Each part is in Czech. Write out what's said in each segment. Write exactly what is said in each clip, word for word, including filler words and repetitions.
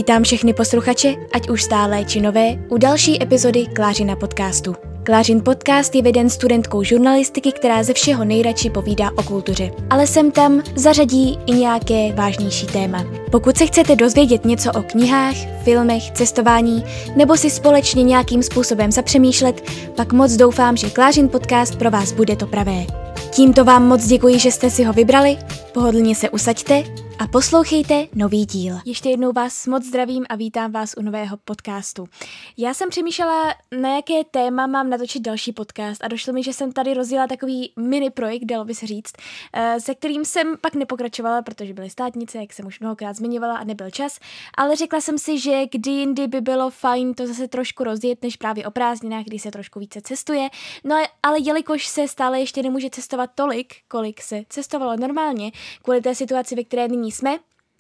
Vítám všechny posluchače, ať už stálé či nové, u další epizody Klářina podcastu. Klářin podcast je veden studentkou žurnalistiky, která ze všeho nejradši povídá o kultuře. Ale sem tam zařadí i nějaké vážnější téma. Pokud se chcete dozvědět něco o knihách, filmech, cestování, nebo si společně nějakým způsobem zapřemýšlet, pak moc doufám, že Klářin podcast pro vás bude to pravé. Tímto vám moc děkuji, že jste si ho vybrali, pohodlně se usaďte a poslouchejte nový díl. Ještě jednou vás moc zdravím a vítám vás u nového podcastu. Já jsem přemýšlela, na jaké téma mám natočit další podcast a došlo mi, že jsem tady rozjela takový mini projekt, dalo by se říct, se kterým jsem pak nepokračovala, protože byly státnice, jak jsem už mnohokrát zmiňovala a nebyl čas, ale řekla jsem si, že kdy jindy by bylo fajn to zase trošku rozjet, než právě o prázdninách, kdy se trošku více cestuje. No ale jelikož se stále ještě nemůže cestovat tolik, kolik se cestovalo normálně, kvůli té situaci, ve které nyní jsme,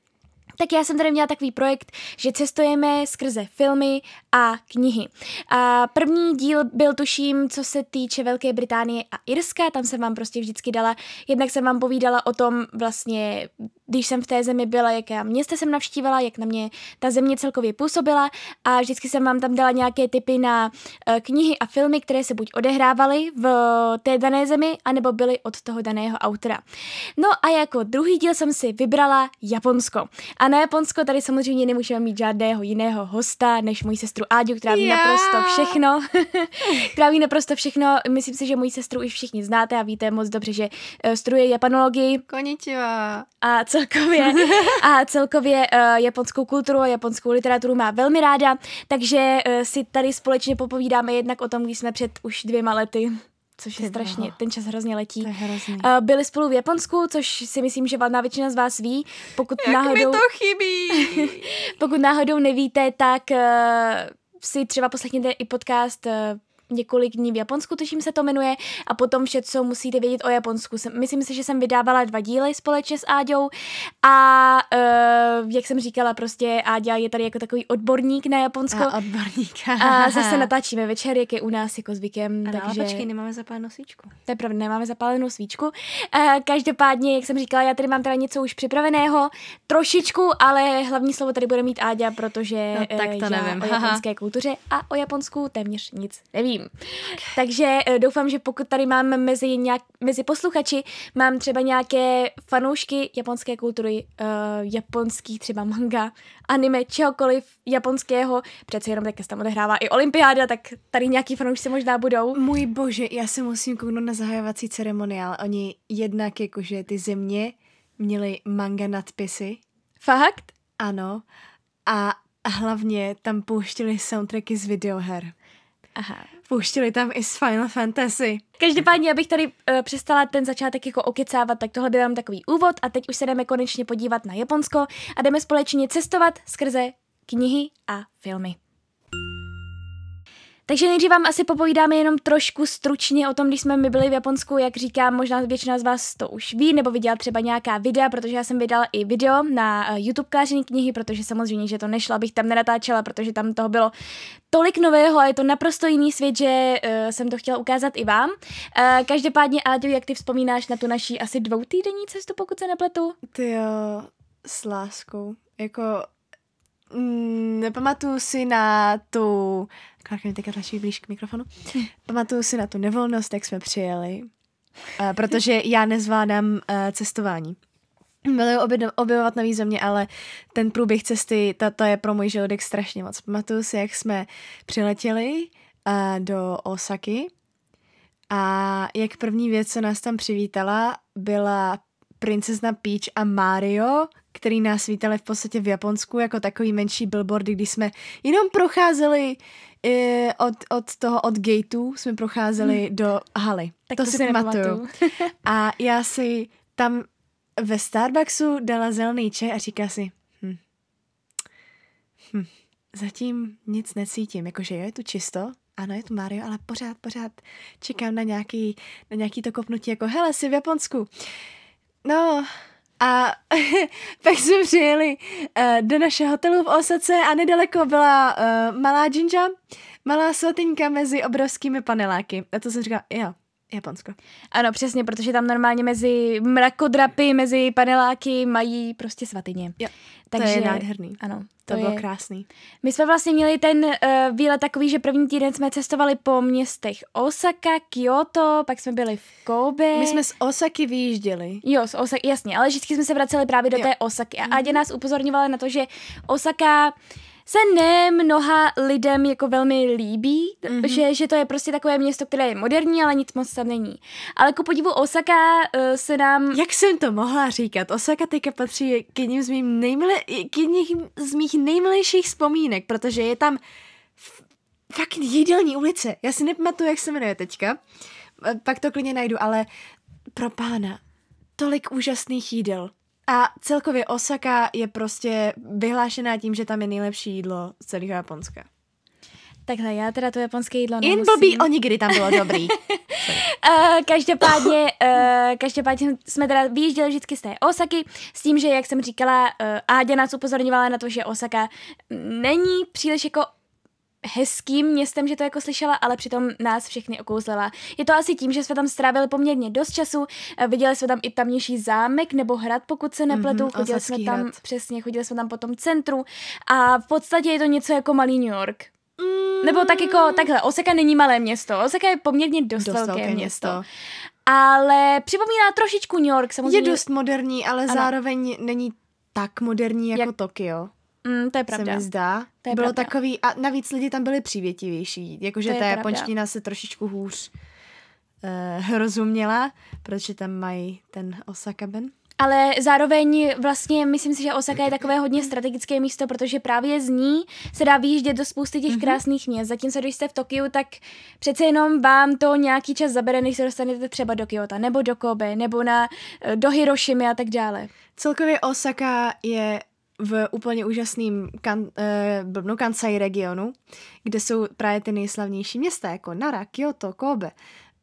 tak já jsem tady měla takový projekt, že cestujeme skrze filmy a knihy. A první díl byl tuším, co se týče Velké Británie a Irska, tam jsem vám prostě vždycky dala, jednak jsem vám povídala o tom vlastně, když jsem v té zemi byla, jaké města jsem navštívila, jak na mě ta země celkově působila a vždycky jsem vám tam dala nějaké tipy na uh, knihy a filmy, které se buď odehrávaly v té dané zemi, anebo byly od toho daného autora. No a jako druhý díl jsem si vybrala Japonsko. A na Japonsko tady samozřejmě nemůžeme mít žádného jiného hosta, než moji sestru Áďu, která ví yeah. naprosto všechno. která ví naprosto všechno. Myslím si, že moji sestru už všichni znáte a víte moc dobře, že uh, studuje japanologii. Konnichiwa. A celkově, a celkově uh, japonskou kulturu a japonskou literaturu má velmi ráda, takže uh, si tady společně popovídáme jednak o tom, když jsme před už dvěma lety, což je Ty strašně, boho. ten čas hrozně letí. To je hrozný. Uh, byli spolu v Japonsku, což si myslím, že valná většina z vás ví. Pokud Jak náhodou, mi to chybí. pokud náhodou nevíte, tak uh, si třeba poslechněte i podcast uh, Několik dní v Japonsku, tuším se to jmenuje, a potom vše, co musíte vědět o Japonsku. Myslím si, že jsem vydávala dva díly společně s Áďou a uh, jak jsem říkala, prostě Áďa je tady jako takový odborník na Japonsko. A odborník. A zase natáčíme večer, jak je u nás jako zvykem. Ano, takže... ale počkej, nemáme zapálenou svíčku. To je pravda, nemáme zapálenou svíčku. Uh, každopádně, jak jsem říkala, já tady mám teda něco už připraveného, trošičku, ale hlavní slovo tady bude mít Áďa, protože no, tak to uh, já nevím. o japonské kultuře a o Japonsku téměř nic nevím. Takže uh, doufám, že pokud tady mám mezi, nějak, mezi posluchači, mám třeba nějaké fanoušky japonské kultury, uh, japonských třeba manga, anime, čehokoliv japonského, přece jenom tak se tam odehrává i olympiáda, tak tady nějaký fanoušci možná budou. Můj bože, já se musím kouknout na zahajovací ceremoniál. Oni jednak jakože ty země měli manga nadpisy. Fakt? Ano. A hlavně tam pouštili soundtracky z videoher. Aha. Pouštili tam i z Final Fantasy. Každopádně, abych tady uh, přestala ten začátek jako okecávat, tak tohle byl jenom takový úvod a teď už se jdeme konečně podívat na Japonsko a jdeme společně cestovat skrze knihy a filmy. Takže nejdřív vám asi popovídáme jenom trošku stručně o tom, když jsme my byli v Japonsku, jak říkám, možná většina z vás to už ví, nebo viděla třeba nějaká videa, protože já jsem vydala i video na YouTube Klářiny knihy, protože samozřejmě, že to nešlo, abych tam nenatáčela, protože tam toho bylo tolik nového a je to naprosto jiný svět, že uh, jsem to chtěla ukázat i vám. Uh, každopádně, Áďo, jak ty vzpomínáš na tu naší asi dvoutýdenní cestu, pokud se nepletu? Ty jo, s láskou. Jako... Mm, nepamatuju si na tu... Klárka mi teďka tlačí blíž k mikrofonu. Pamatuju si na tu nevolnost, jak jsme přijeli. Uh, protože já nezvládám uh, cestování. Miluji obje- objevovat nový země, ale ten průběh cesty, to, to je pro můj žaludek strašně moc. Pamatuju si, jak jsme přiletěli uh, do Osaky a jak první věc, co nás tam přivítala, byla princezna Peach a Mario, který nás vítali v podstatě v Japonsku jako takový menší billboardy, když jsme jenom procházeli e, od, od toho, od gateu jsme procházeli hmm. do haly. Tak to, to si si pamatuju. A já si tam ve Starbucksu dala zelený čaj a říká si, hm, hm, zatím nic necítím, jakože jo, je tu čisto, ano, je tu Mario, ale pořád, pořád čekám na nějaký, na nějaký to kopnutí, jako hele, jsi v Japonsku. No, a pak jsme přijeli uh, do našeho hotelu v Osace a nedaleko byla uh, malá džinža, malá svatyňka mezi obrovskými paneláky. A to jsem říkala, jo, Japonsko. Ano, přesně, protože tam normálně mezi mrakodrapy, mezi paneláky mají prostě svatyně. Jo, takže, to je nádherný. Ano. To, to bylo je... krásný. My jsme vlastně měli ten uh, výlet takový, že první týden jsme cestovali po městech Osaka, Kyoto, pak jsme byli v Kobe. My jsme z Osaky vyjížděli. Jo, z Osaky, jasně, ale vždycky jsme se vraceli právě do jo. té Osaky. A Adě nás upozorňovala na to, že Osaka se ne mnoha lidem jako velmi líbí, mm-hmm. že, že to je prostě takové město, které je moderní, ale nic moc tam není. Ale ku podivu Osaka uh, se nám... Jak jsem to mohla říkat? Osaka teďka patří k jedním z, mým nejmile, k jedním z mých nejmilejších vzpomínek, protože je tam f- fakt jídelní ulice. Já si nepamatuju, jak se jmenuje teďka. Pak to klidně najdu, ale pro pána, tolik úžasných jídel. A celkově Osaka je prostě vyhlášená tím, že tam je nejlepší jídlo z celého Japonska. Takhle, já teda to japonské jídlo nemusím. Jen blbý onigiri tam bylo dobrý. uh, každopádně, uh, každopádně jsme teda vyjížděli vždycky z té Osaky s tím, že, jak jsem říkala, uh, Áďa nás upozorňovala na to, že Osaka není příliš jako hezkým městem, že to jako slyšela, ale přitom nás všechny okouzlela. Je to asi tím, že jsme tam strávili poměrně dost času, viděli jsme tam i tamnější zámek nebo hrad, pokud se nepletu, mm-hmm, chodili jsme tam, hrad. Přesně, chodili jsme tam po tom centru a v podstatě je to něco jako malý New York. Mm. Nebo tak jako, takhle, Osaka není malé město, Osaka je poměrně dost, dost velké, velké město. město. Ale připomíná trošičku New York, samozřejmě. Je dost moderní, ale ano. zároveň není tak moderní jako Jak... Tokio. Mm, to je pravda. Se mi zdá. To je Bylo pravda. takový, a navíc lidi tam byli přívětivější, jakože ta japonština se trošičku hůř uh, rozuměla, protože tam mají ten Osaka-ben. Ale zároveň vlastně myslím si, že Osaka je takové hodně strategické místo, protože právě z ní se dá vyjíždět do spousty těch mm-hmm. krásných měst. Zatímco když jste v Tokiu, tak přece jenom vám to nějaký čas zabere, než se dostanete třeba do Kyoto, nebo do Kobe, nebo na, do Hirošimy a tak dále. Celkově Osaka je v úplně úžasným kan, eh, blbnu Kansai regionu, kde jsou právě ty nejslavnější města, jako Nara, Kyoto, Kobe.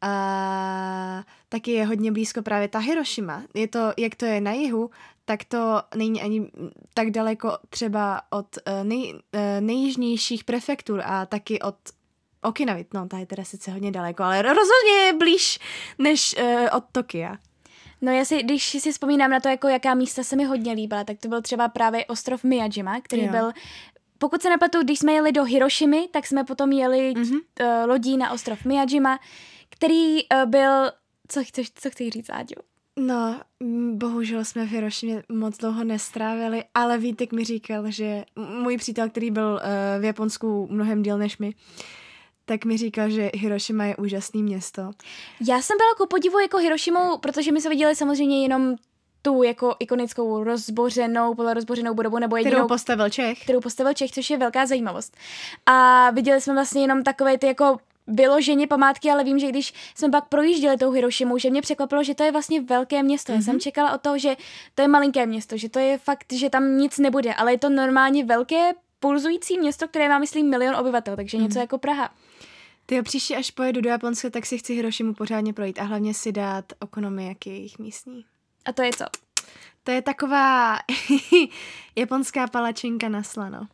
A taky je hodně blízko právě ta Hirošima. Je to, jak to je na jihu, tak to není ani tak daleko třeba od eh, nej, eh, nejjižnějších prefektur a taky od Okinavy. No, ta je teda sice hodně daleko, ale rozhodně je blíž než eh, od Tokia. No já si, když si vzpomínám na to, jako jaká místa se mi hodně líbila, tak to byl třeba právě ostrov Miyajima, který jo. byl, pokud se nepletu, když jsme jeli do Hirošimy, tak jsme potom jeli mm-hmm. uh, lodí na ostrov Miyajima, který uh, byl, co, co, co chci říct, Áďo? No, bohužel jsme v Hirošimě moc dlouho nestrávili, ale Vítek mi říkal, že můj přítel, který byl uh, v Japonsku mnohem díl než my, tak mi říkal, že Hirošima je úžasný město. Já jsem byla ku podivu jako Hirošimou, protože my jsme viděli samozřejmě jenom tu jako ikonickou rozbořenou, polorozbořenou budovu, nebo jedinou... Kterou postavil Čech. Kterou postavil Čech, což je velká zajímavost. A viděli jsme vlastně jenom takové ty jako vyloženě památky, ale vím, že když jsme pak projížděli tou Hirošimou, že mě překvapilo, že to je vlastně velké město. Mm-hmm. Já jsem čekala od toho, že to je malinké město, že to je fakt, že tam nic nebude, ale je to normálně velké pulzující město, které má, myslím, milion obyvatel, takže mm-hmm. něco jako Praha. Tyjo, příště, až pojedu do Japonska, tak si chci Hirošimu pořádně projít a hlavně si dát okonomiyaki jejich místní. A to je co? To je taková japonská palačinka na slano.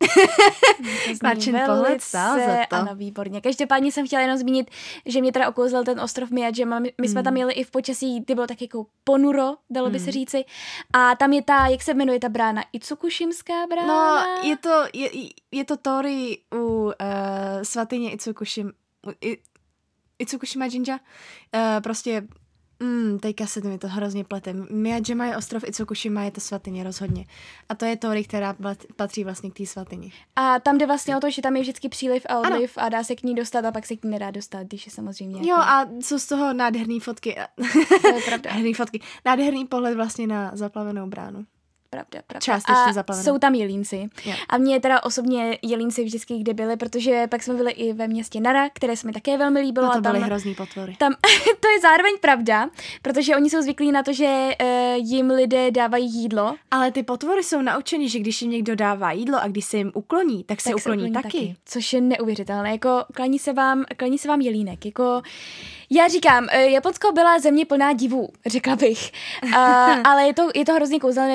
Kvačen pohled stál za to. Ano, výborně. Každopádně jsem chtěla jenom zmínit, že mě teda okouzl ten ostrov Miyajima. My, my jsme mm. tam jeli i v počasí, ty bylo tak jako ponuro, dalo by mm. se říci. A tam je ta, jak se jmenuje ta brána? Itsukušimská brána? No, je to, je, je to Tori u uh, svatyně Itsukušim, I, Itsukushima Jinja. Uh, prostě Mm, teďka se mi to hrozně plete. Miyajima je ostrov, Itsukushima je to svatyně rozhodně. A to je Tori, která patří vlastně k té svatyni. A tam jde vlastně o to, že tam je vždycky příliv a odliv ano. a dá se k ní dostat a pak se k ní nedá dostat, když je samozřejmě... Jo, jako... a jsou z toho nádherný fotky. To je pravda. Nádherný fotky. Nádherný pohled vlastně na zaplavenou bránu. Pravda, pravda. Částečně zaplavenou. Jsou tam jelínci. Yeah. A mě teda osobně jelínci vždycky kde byli, protože pak jsme byli i ve městě Nara, které se mi také velmi líbilo. No to a tam, byly hrozný potvory. Tam, to je zároveň pravda, protože oni jsou zvyklí na to, že uh, jim lidé dávají jídlo. Ale ty potvory jsou naučení, že když jim někdo dává jídlo a když se jim ukloní, tak se tak ukloní, se ukloní taky. taky. Což je neuvěřitelné. Jako klaní se vám, klaní se vám jelínek. Jako... Já říkám, Japonsko byla země plná divů, řekla bych. Uh, ale je to, je to hrozně kouzelné, když přijede,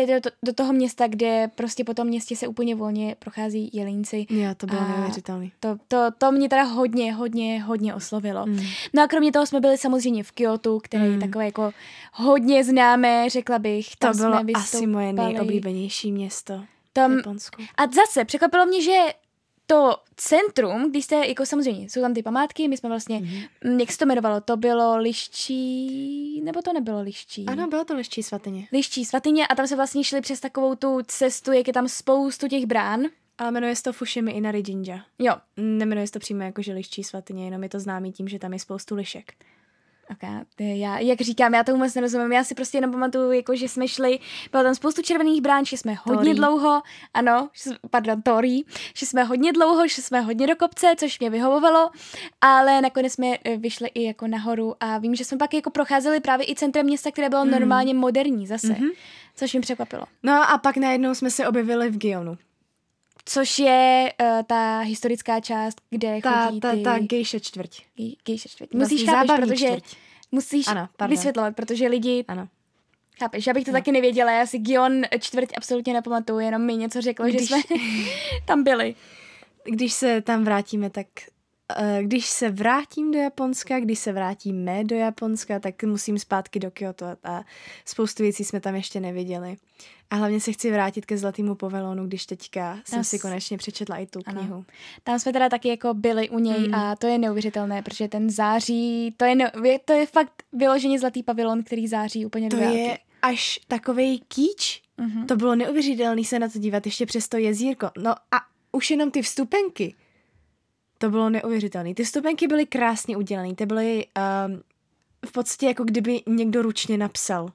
přijeli do, do toho města, kde prostě po tom městě se úplně volně prochází jelínci. Jo, to bylo neuvěřitelné. To, to, to mě teda hodně, hodně, hodně oslovilo. Mm. No a kromě toho jsme byli samozřejmě v Kyotu, které mm. je takové jako hodně známé, řekla bych. Tam to bylo jsme asi moje nejoblíbenější město tam, v Japonsku. A zase překvapilo mě, že to centrum, když jste, jako samozřejmě, jsou tam ty památky, my jsme vlastně, mm-hmm. jak se to jmenovalo, to bylo Liščí, nebo to nebylo Liščí? Ano, bylo to Liščí svatyně. Liščí svatyně a tam se vlastně šli přes takovou tu cestu, jak je tam spoustu těch brán. Ale jmenuje se to Fushimi Inari Jinja. Jo. Nemenuje se to přímo jako, že Liščí svatyně, jenom je to známý tím, že tam je spoustu lišek. Okay. Já, jak říkám, já to vůbec nerozumím. Já si prostě jenom pamatuju, jako, že jsme šli, bylo tam spoustu červených brán, že jsme hodně Torí. dlouho, ano, pardon, Torí, že jsme hodně dlouho, že jsme hodně do kopce, což mě vyhovovalo, ale nakonec jsme vyšli i jako nahoru a vím, že jsme pak jako procházeli právě i centrem města, které bylo mm. normálně moderní zase, mm-hmm. což mě překvapilo. No a pak najednou jsme se objevili v Gionu. Což je uh, ta historická část, kde ta, chodí ta, ty... Ta gejše čtvrť. Gejše čtvrť. Musíš chápeš, protože... čtvrť. Musíš ano, vysvětlovat, protože lidi... Ano. Chápeš, já bych to no. taky nevěděla, já si Gion čtvrť absolutně nepamatuju, jenom mi něco řeklo, když... že jsme tam byli. Když se tam vrátíme, tak... Uh, když se vrátím do Japonska, když se vrátíme do Japonska, tak musím zpátky do Kyoto a spoustu věcí jsme tam ještě neviděli. A hlavně se chci vrátit ke Zlatému pavilonu, když teďka jsem Nas... si konečně přečetla i tu ano. knihu. Tam jsme teda taky jako byli u něj mm. a to je neuvěřitelné, protože ten září, to je, ne, to je fakt vyloženě Zlatý pavilon, který září úplně do To dálky. Je až takovej kýč. Mm-hmm. To bylo neuvěřitelné se na to dívat, ještě přes to jezírko. No a už jenom ty vstupenky. To bylo neuvěřitelné. Ty vstupenky byly krásně udělané. Ty byly um, v podstatě jako kdyby někdo ručně napsal.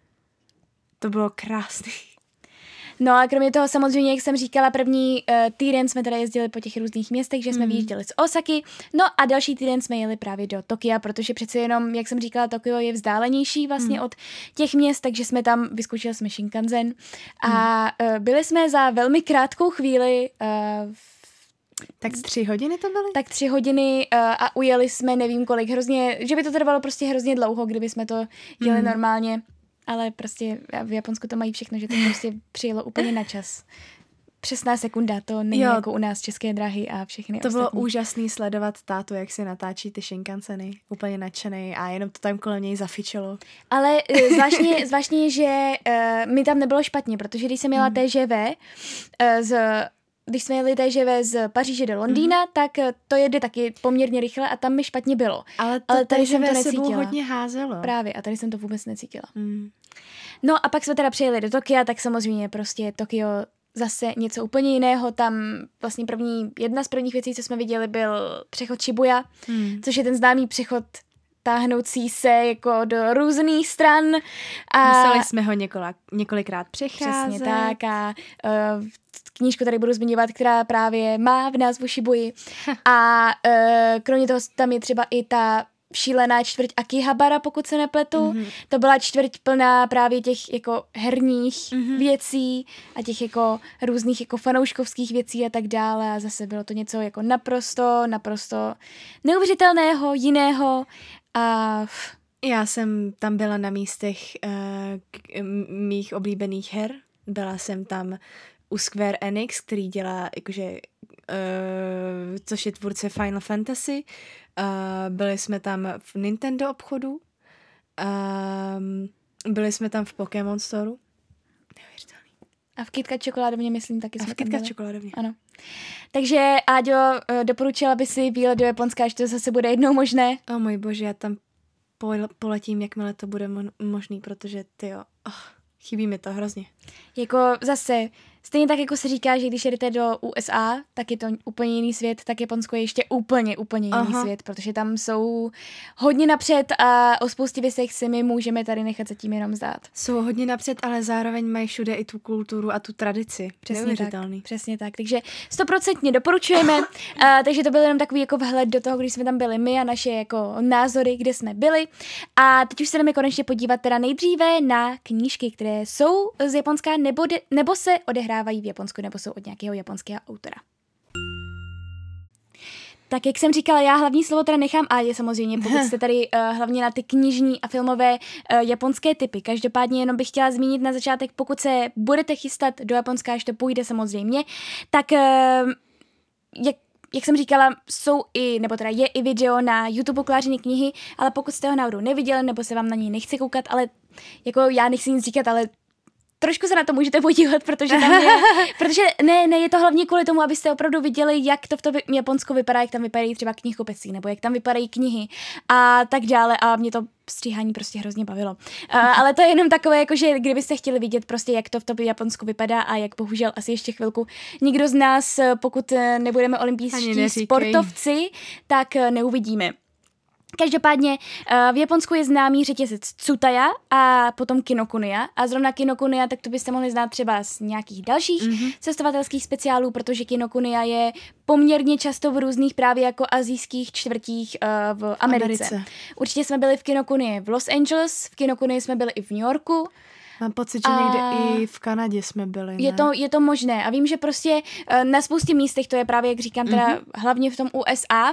To bylo krásný. No a kromě toho samozřejmě, jak jsem říkala, první uh, týden jsme teda jezdili po těch různých městech, že jsme mm. vyjížděli z Osaky, no a další týden jsme jeli právě do Tokia, protože přece jenom, jak jsem říkala, Tokio je vzdálenější vlastně mm. od těch měst, takže jsme tam, vyzkoušeli jsme Shinkansen mm. a uh, byli jsme za velmi krátkou chvíli uh, Tak tři hodiny to byly? Tak tři hodiny uh, a ujeli jsme nevím kolik, hrozně, že by to trvalo prostě hrozně dlouho, kdyby jsme to jeli mm. normálně, ale prostě v Japonsku to mají všechno, že to prostě přijelo úplně na čas. Přesná sekunda, to není jo, jako u nás České dráhy a všechny to ostatní. To bylo úžasný sledovat tátu, jak si natáčí ty Shinkanseny, úplně nadšený a jenom to tam kolem něj zafičelo. Ale uh, zvláštně, zvláštně je, že uh, mi tam nebylo špatně, protože když jsem jela mm. T G V uh, z... Když jsme jeli T G V z Paříže do Londýna, mm-hmm. tak to jede taky poměrně rychle a tam mi špatně bylo. Ale, to Ale tady jsem to necítila. Hodně házelo. Právě, a tady jsem to vůbec necítila. Mm. No a pak jsme teda přijeli do Tokia, tak samozřejmě prostě Tokio zase něco úplně jiného. Tam vlastně první, jedna z prvních věcí, co jsme viděli, byl přechod Shibuya, mm. což je ten známý přechod táhnoucí se jako do různých stran. A museli jsme ho několik, několikrát přecházet. Přesně tak a uh, knížku tady budu zmiňovat, která právě má v názvu Shibuya. A uh, kromě toho tam je třeba i ta šílená čtvrť Akihabara, pokud se nepletu. Mm-hmm. To byla čtvrť plná právě těch jako herních mm-hmm. věcí a těch jako různých jako fanouškovských věcí a tak dále. A zase bylo to něco jako naprosto, naprosto neuvěřitelného, jiného. A já jsem tam byla na místech uh, k, mých oblíbených her. Byla jsem tam u Square Enix, který dělá jakože, uh, což je tvůrce Final Fantasy. Uh, byli jsme tam v Nintendo obchodu. Uh, byli jsme tam v Pokémon Storeu. Neuvěřitelný. A v KitKat čokoládovně, myslím, taky A jsme v KitKat čokoládovně. Ano. Takže, Áďo, doporučila by si výlet do Japonska, až to zase bude jednou možné? O oh, můj bože, já tam poletím, jakmile to bude mo- možný, protože tyjo, oh, chybí mi to hrozně. Jako zase, stejně tak, jako se říká, že když jedete do U S A, tak je to úplně jiný svět, tak Japonsko je ještě úplně, úplně jiný Aha. svět, protože tam jsou hodně napřed a o spoustě věcech si my můžeme tady nechat zatím jenom zdát. Jsou hodně napřed, ale zároveň mají všude i tu kulturu a tu tradici. Přesně tak, přesně tak. Takže stoprocentně doporučujeme. a, takže to byl jenom takový jako vhled do toho, když jsme tam byli my a naše jako názory, kde jsme byli. A teď už se jdeme konečně podívat teda nejdříve na knížky, které jsou z Japonska nebo, de, nebo se odehrávají v Japonsku, nebo jsou od nějakého japonského autora. Tak jak jsem říkala, já hlavní slovo teda nechám Ádě samozřejmě, pokud jste tady uh, hlavně na ty knižní a filmové uh, japonské typy. Každopádně jenom bych chtěla zmínit na začátek, pokud se budete chystat do Japonska, až to půjde samozřejmě, tak uh, jak Jak jsem říkala, jsou i, nebo teda je i video na YouTube Klářiny knihy, ale pokud jste ho náhodou neviděli, nebo se vám na něj nechce koukat, ale jako já nechci nic říkat, ale trošku se na to můžete podívat, protože tam je, protože ne, ne, je to hlavně kvůli tomu, abyste opravdu viděli, jak to v tom Japonsku vypadá, jak tam vypadají třeba knihkupectví, nebo jak tam vypadají knihy a tak dále a mě to stříhání prostě hrozně bavilo. Uh, ale to je jenom takové, jako že kdybyste chtěli vidět prostě, jak to v tom Japonsku vypadá a jak bohužel asi ještě chvilku nikdo z nás, pokud nebudeme olympijští sportovci, tak neuvidíme. Každopádně v Japonsku je známý řetězec Tsutaya a potom Kinokuniya. A zrovna Kinokuniya, tak to byste mohli znát třeba z nějakých dalších mm-hmm. cestovatelských speciálů, protože Kinokuniya je poměrně často v různých právě jako asijských čtvrtích uh, v Americe. Americe. Určitě jsme byli v Kinokuniyi v Los Angeles, v Kinokuniyi jsme byli i v New Yorku. Mám pocit, že a někde i v Kanadě jsme byli, ne? Je to, je to možné. A vím, že prostě na spoustě místech, to je právě, jak říkám, teda mm-hmm. hlavně v tom U S A,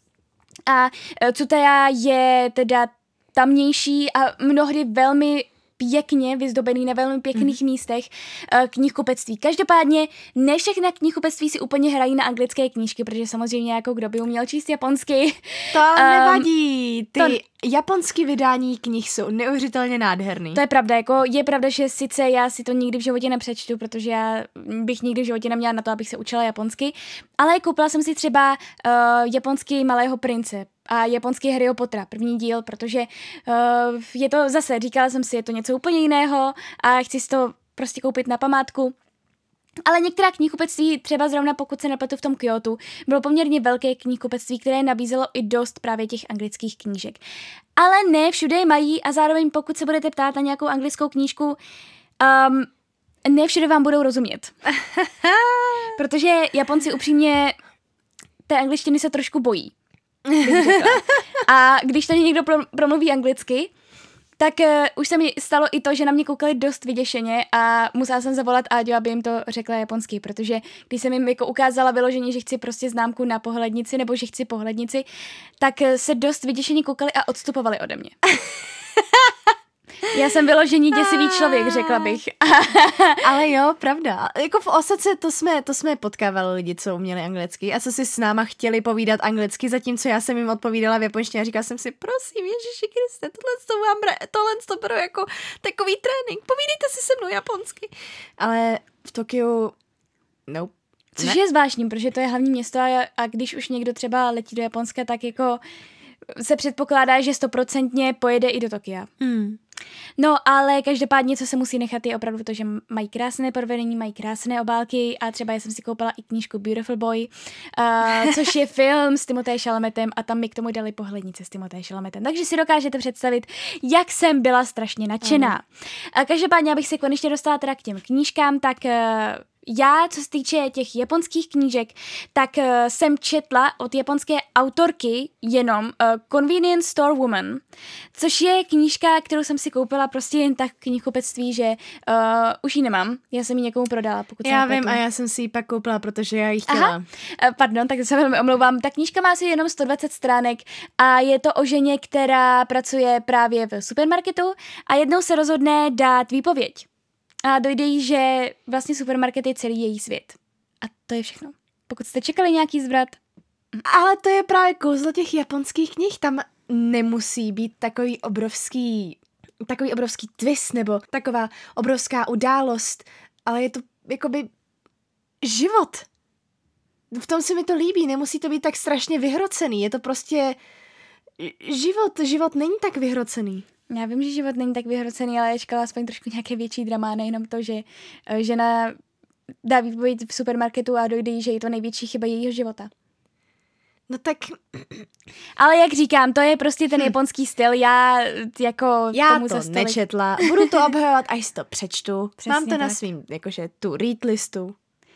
a Tsutaya je teda tamnější a mnohdy velmi pěkně vyzdobený na velmi pěkných mm. místech uh, knihkupectví. Každopádně ne všechna knihkupectví si úplně hrají na anglické knížky, protože samozřejmě jako kdo by uměl číst japonsky. To um, nevadí. Ty to... japonský vydání knih jsou neuvěřitelně nádherný. To je pravda, jako je pravda, že sice já si to nikdy v životě nepřečtu, protože já bych nikdy v životě neměla na to, abych se učila japonsky, ale koupila jsem si třeba uh, japonský Malého prince a japonský Harryho Pottera, první díl, protože uh, je to zase, říkala jsem si, je to něco úplně jiného a chci si to prostě koupit na památku. Ale některá knihkupectví, třeba zrovna pokud se nepletu v tom Kyotu, bylo poměrně velké knihkupectví, které nabízelo i dost právě těch anglických knížek. Ale ne všude je mají a zároveň pokud se budete ptát na nějakou anglickou knížku, um, ne všude vám budou rozumět. Protože Japonci upřímně té angličtiny se trošku bojí. A když tady někdo promluví anglicky, tak uh, už se mi stalo i to, že na mě koukali dost vyděšeně a musela jsem zavolat Áďu, aby jim to řekla japonsky, protože když jsem jim jako ukázala vyloženě, že chci prostě známku na pohlednici nebo že chci pohlednici, tak se dost vyděšeně koukali a odstupovali ode mě. Já jsem vyložený děsivý člověk, řekla bych. Ale jo, pravda. Jako v Osace to jsme, to jsme potkávali lidi, co uměli anglicky a co si s náma chtěli povídat anglicky, zatímco já jsem jim odpovídala v japonštině a říkala jsem si, prosím, Ježiši Kriste, tohle to vám bra- tohle to beru jako takový trénink, povídejte si se mnou japonsky. Ale v Tokiu, nope. Což ne. je zvláštní, protože to je hlavní město a, a když už někdo třeba letí do Japonska, tak jako se předpokládá, že stoprocentně pojede i do Tokia. Hmm. No, ale každopádně, co se musí nechat, je opravdu to, že mají krásné provedení, mají krásné obálky a třeba já jsem si koupila i knížku Beautiful Boy, uh, což je film s Timothée Chalametem a tam mi k tomu dali pohlednice s Timothée Chalametem. Takže si dokážete představit, jak jsem byla strašně nadšená. A každopádně, abych se konečně dostala teda k těm knížkám, tak uh, já, co se týče těch japonských knížek, tak uh, jsem četla od japonské autorky jenom uh, Convenience Store Woman, což je knížka, kterou jsem si koupila prostě jen tak v knihkupectví, že uh, už ji nemám. Já jsem ji někomu prodala, pokud Já se vím a já jsem si ji pak koupila, protože já ji chtěla. Aha, uh, pardon, tak se velmi omlouvám. Ta knížka má asi jenom sto dvacet stránek a je to o ženě, která pracuje právě v supermarketu a jednou se rozhodne dát výpověď. A dojde jí, že vlastně supermarket je celý její svět. A to je všechno. Pokud jste čekali nějaký zvrat. Ale to je právě kouzlo těch japonských knih. Tam nemusí být takový obrovský, takový obrovský twist nebo taková obrovská událost. Ale je to jakoby život. V tom se mi to líbí. Nemusí to být tak strašně vyhrocený. Je to prostě život. Život není tak vyhrocený. Já vím, že život není tak vyhrocený, ale je čekala aspoň trošku nějaké větší drama, nejenom to, že žena dá výpověď v supermarketu a dojde jí, že je to největší chyba jejího života. No tak... Ale jak říkám, to je prostě ten hm. japonský styl, já jako já tomu to za stolik... nečetla, budu to obhajovat, až si to přečtu. Přesně mám to tak. na svým, jakože tu read listu.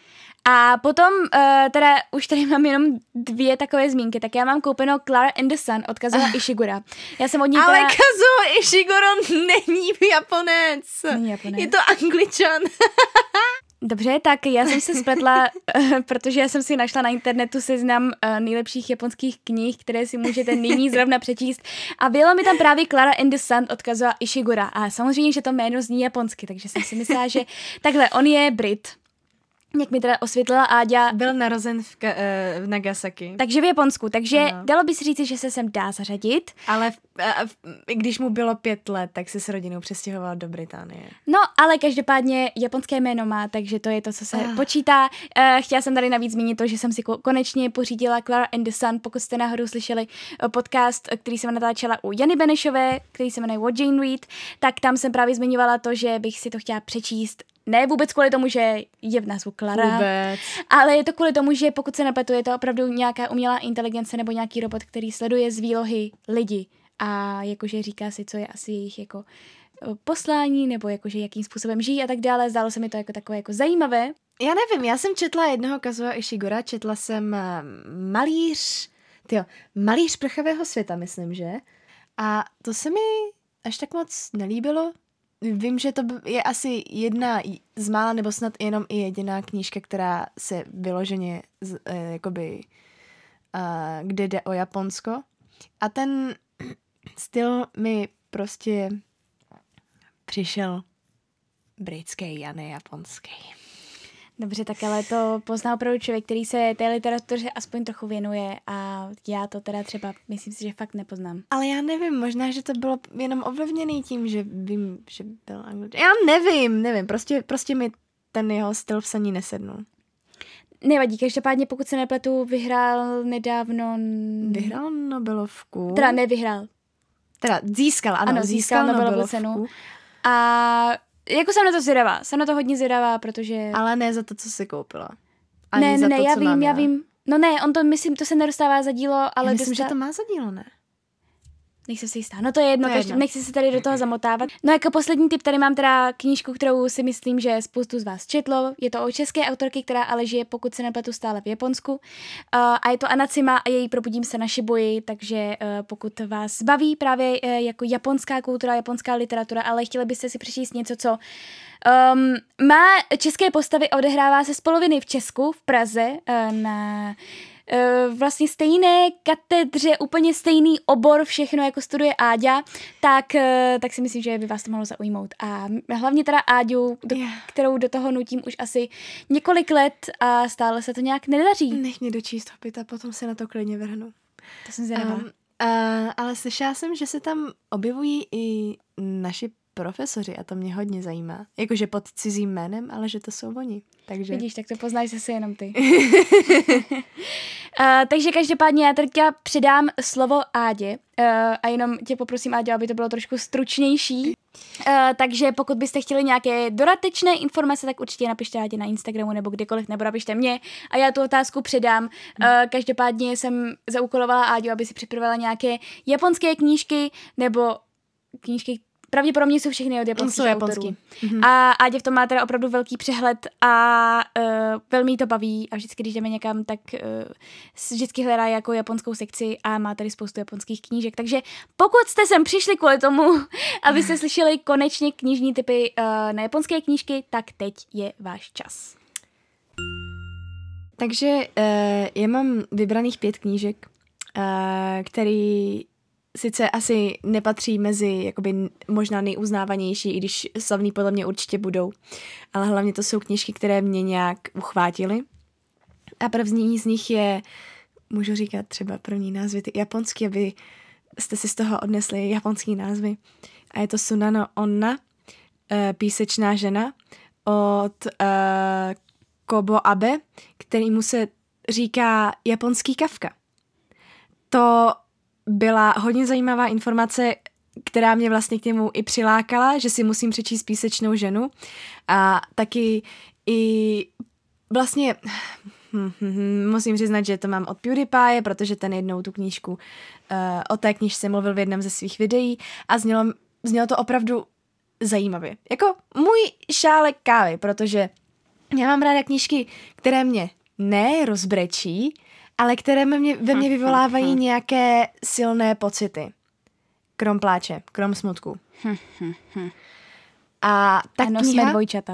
A potom, uh, teda už tady mám jenom dvě takové zmínky, tak já mám koupeno Clara and the Sun od Kazuo Ishigura. Já jsem od ní Ale teda... Kazuo Ishiguro není Japonec. Není Japonec. Je to Angličan. Dobře, tak já jsem se spletla, protože já jsem si našla na internetu seznam nejlepších japonských knih, které si můžete nyní zrovna přečíst. A bylo mi tam právě Clara and the Sun od Kazuo Ishigura. A samozřejmě, že to jméno zní japonsky, takže jsem si myslela, že takhle, on je Brit. Jak mi teda osvětlila Áďa. Byl narozen v, ka- v Nagasaki. Takže v Japonsku, takže ano. Dalo by se říct, že se sem dá zařadit. Ale v, a, v, i když mu bylo pět let, tak se s rodinou přestěhoval do Británie. No, ale každopádně japonské jméno má, takže to je to, co se uh. počítá. Uh, chtěla jsem tady navíc zmínit to, že jsem si konečně pořídila Clara and the Sun, pokud jste náhodou slyšeli podcast, který jsem natáčela u Jany Benešové, který se jmenuje What Jane Read, tak tam jsem právě zmiňovala to, že bych si to chtěla přečíst. Ne vůbec kvůli tomu, že je v názvu Clara, vůbec. Ale je to kvůli tomu, že pokud se nepletu, je to opravdu nějaká umělá inteligence nebo nějaký robot, který sleduje z výlohy lidi a jakože říká si, co je asi jejich jako poslání nebo jakože jakým způsobem žijí a tak dále. Zdálo se mi to jako takové jako zajímavé. Já nevím, já jsem četla jednoho Kazuo Ishigura, četla jsem malíř, tyjo, malíř prchavého světa, myslím, že? A to se mi až tak moc nelíbilo. Vím, že to je asi jedna z mála, nebo snad jenom i jediná knížka, která se vyloženě, eh, jakoby, eh, kde jde o Japonsko. A ten styl mi prostě přišel britský a ne japonský. Dobře, tak ale to pozná opravdu člověk, který se té literatuře aspoň trochu věnuje a já to teda třeba, myslím si, že fakt nepoznám. Ale já nevím, možná, že to bylo jenom ovlivněný tím, že vím, že byl angličan. Já nevím, nevím, prostě, prostě mi ten jeho styl psaní nesednul. Nevadí, každopádně pokud se nepletu, vyhrál nedávno... Vyhrál Nobelovku. Teda nevyhrál. Teda získal, ano, ano získal, získal Nobelovu cenu. A jako jsem na to zvědavá, jsem na to hodně zvědavá, protože... Ale ne za to, co si koupila. Ani ne, za ne, to, já co vím, mám já. já vím. No ne, on to, myslím, to se nedostává za dílo, ale... Já myslím, dostá... že to má za dílo, ne? Nejsem si jistá. No to je jedno, to je každý, jedno. nechci se tady do toho zamotávat. No jako poslední tip tady mám teda knížku, kterou si myslím, že spoustu z vás četlo. Je to o české autorky, která ale žije, pokud se nepletu, stále v Japonsku. Uh, a je to Anacima a její Probudím se na Šibuji, takže uh, pokud vás baví právě uh, jako japonská kultura, japonská literatura, ale chtěli byste si přečíst něco, co Um, má české postavy, odehrává se z poloviny v Česku, v Praze, uh, na uh, vlastně stejné katedře, úplně stejný obor, všechno jako studuje Áďa, tak, uh, tak si myslím, že by vás to mohlo zaujmout. A hlavně teda Áďu, do, yeah. kterou do toho nutím už asi několik let a stále se to nějak nedaří. Nech mě dočíst Hobita, potom se na to klidně vrhnu. To jsem zvědavá. Um, uh, ale slyšela jsem, že se tam objevují i naši profesoři a to mě hodně zajímá. Jakože pod cizím jménem, ale že to jsou oni. Takže... Vidíš, tak to poznáš zase jenom ty. uh, takže každopádně já teďka předám slovo Ádě uh, a jenom tě poprosím, Áďo, aby to bylo trošku stručnější. Uh, takže pokud byste chtěli nějaké dodatečné informace, tak určitě napište Ádě na Instagramu nebo kdekoliv, nebo napište mě a já tu otázku předám. Uh, každopádně jsem zaúkolovala Áďu, aby si připravila nějaké japonské knížky nebo knížky, pravděpodobně jsou všechny od japonských autorů. Mm-hmm. A Ádě v tom má teda opravdu velký přehled a uh, velmi to baví a vždycky, když jdeme někam, tak uh, vždycky hledá jako japonskou sekci a má tady spoustu japonských knížek. Takže pokud jste sem přišli kvůli tomu, abyste slyšeli konečně knižní typy uh, na japonské knížky, tak teď je váš čas. Takže uh, já mám vybraných pět knížek, uh, který sice asi nepatří mezi jakoby možná nejuznávanější, i když slavný podle mě určitě budou, ale hlavně to jsou knížky, které mě nějak uchvátily. A první z nich je, můžu říkat třeba první názvy, ty japonský, aby jste si z toho odnesli japonský názvy. A je to Sunano Onna, Písečná žena od uh, Kobo Abe, kterýmu se říká japonský Kafka. To byla hodně zajímavá informace, která mě vlastně k němu i přilákala, že si musím přečíst Písečnou ženu. A taky i vlastně hm, hm, hm, musím přiznat, že to mám od PewDiePie, protože ten jednou tu knížku uh, o té knížce mluvil v jednom ze svých videí a znělo, znělo to opravdu zajímavě. Jako můj šálek kávy, protože já mám ráda knížky, které mě nerozbrečí, ale které ve mě, ve mně vyvolávají nějaké silné pocity. Krom pláče, krom smutku. A ta ano, kniha... jsme dvojčata.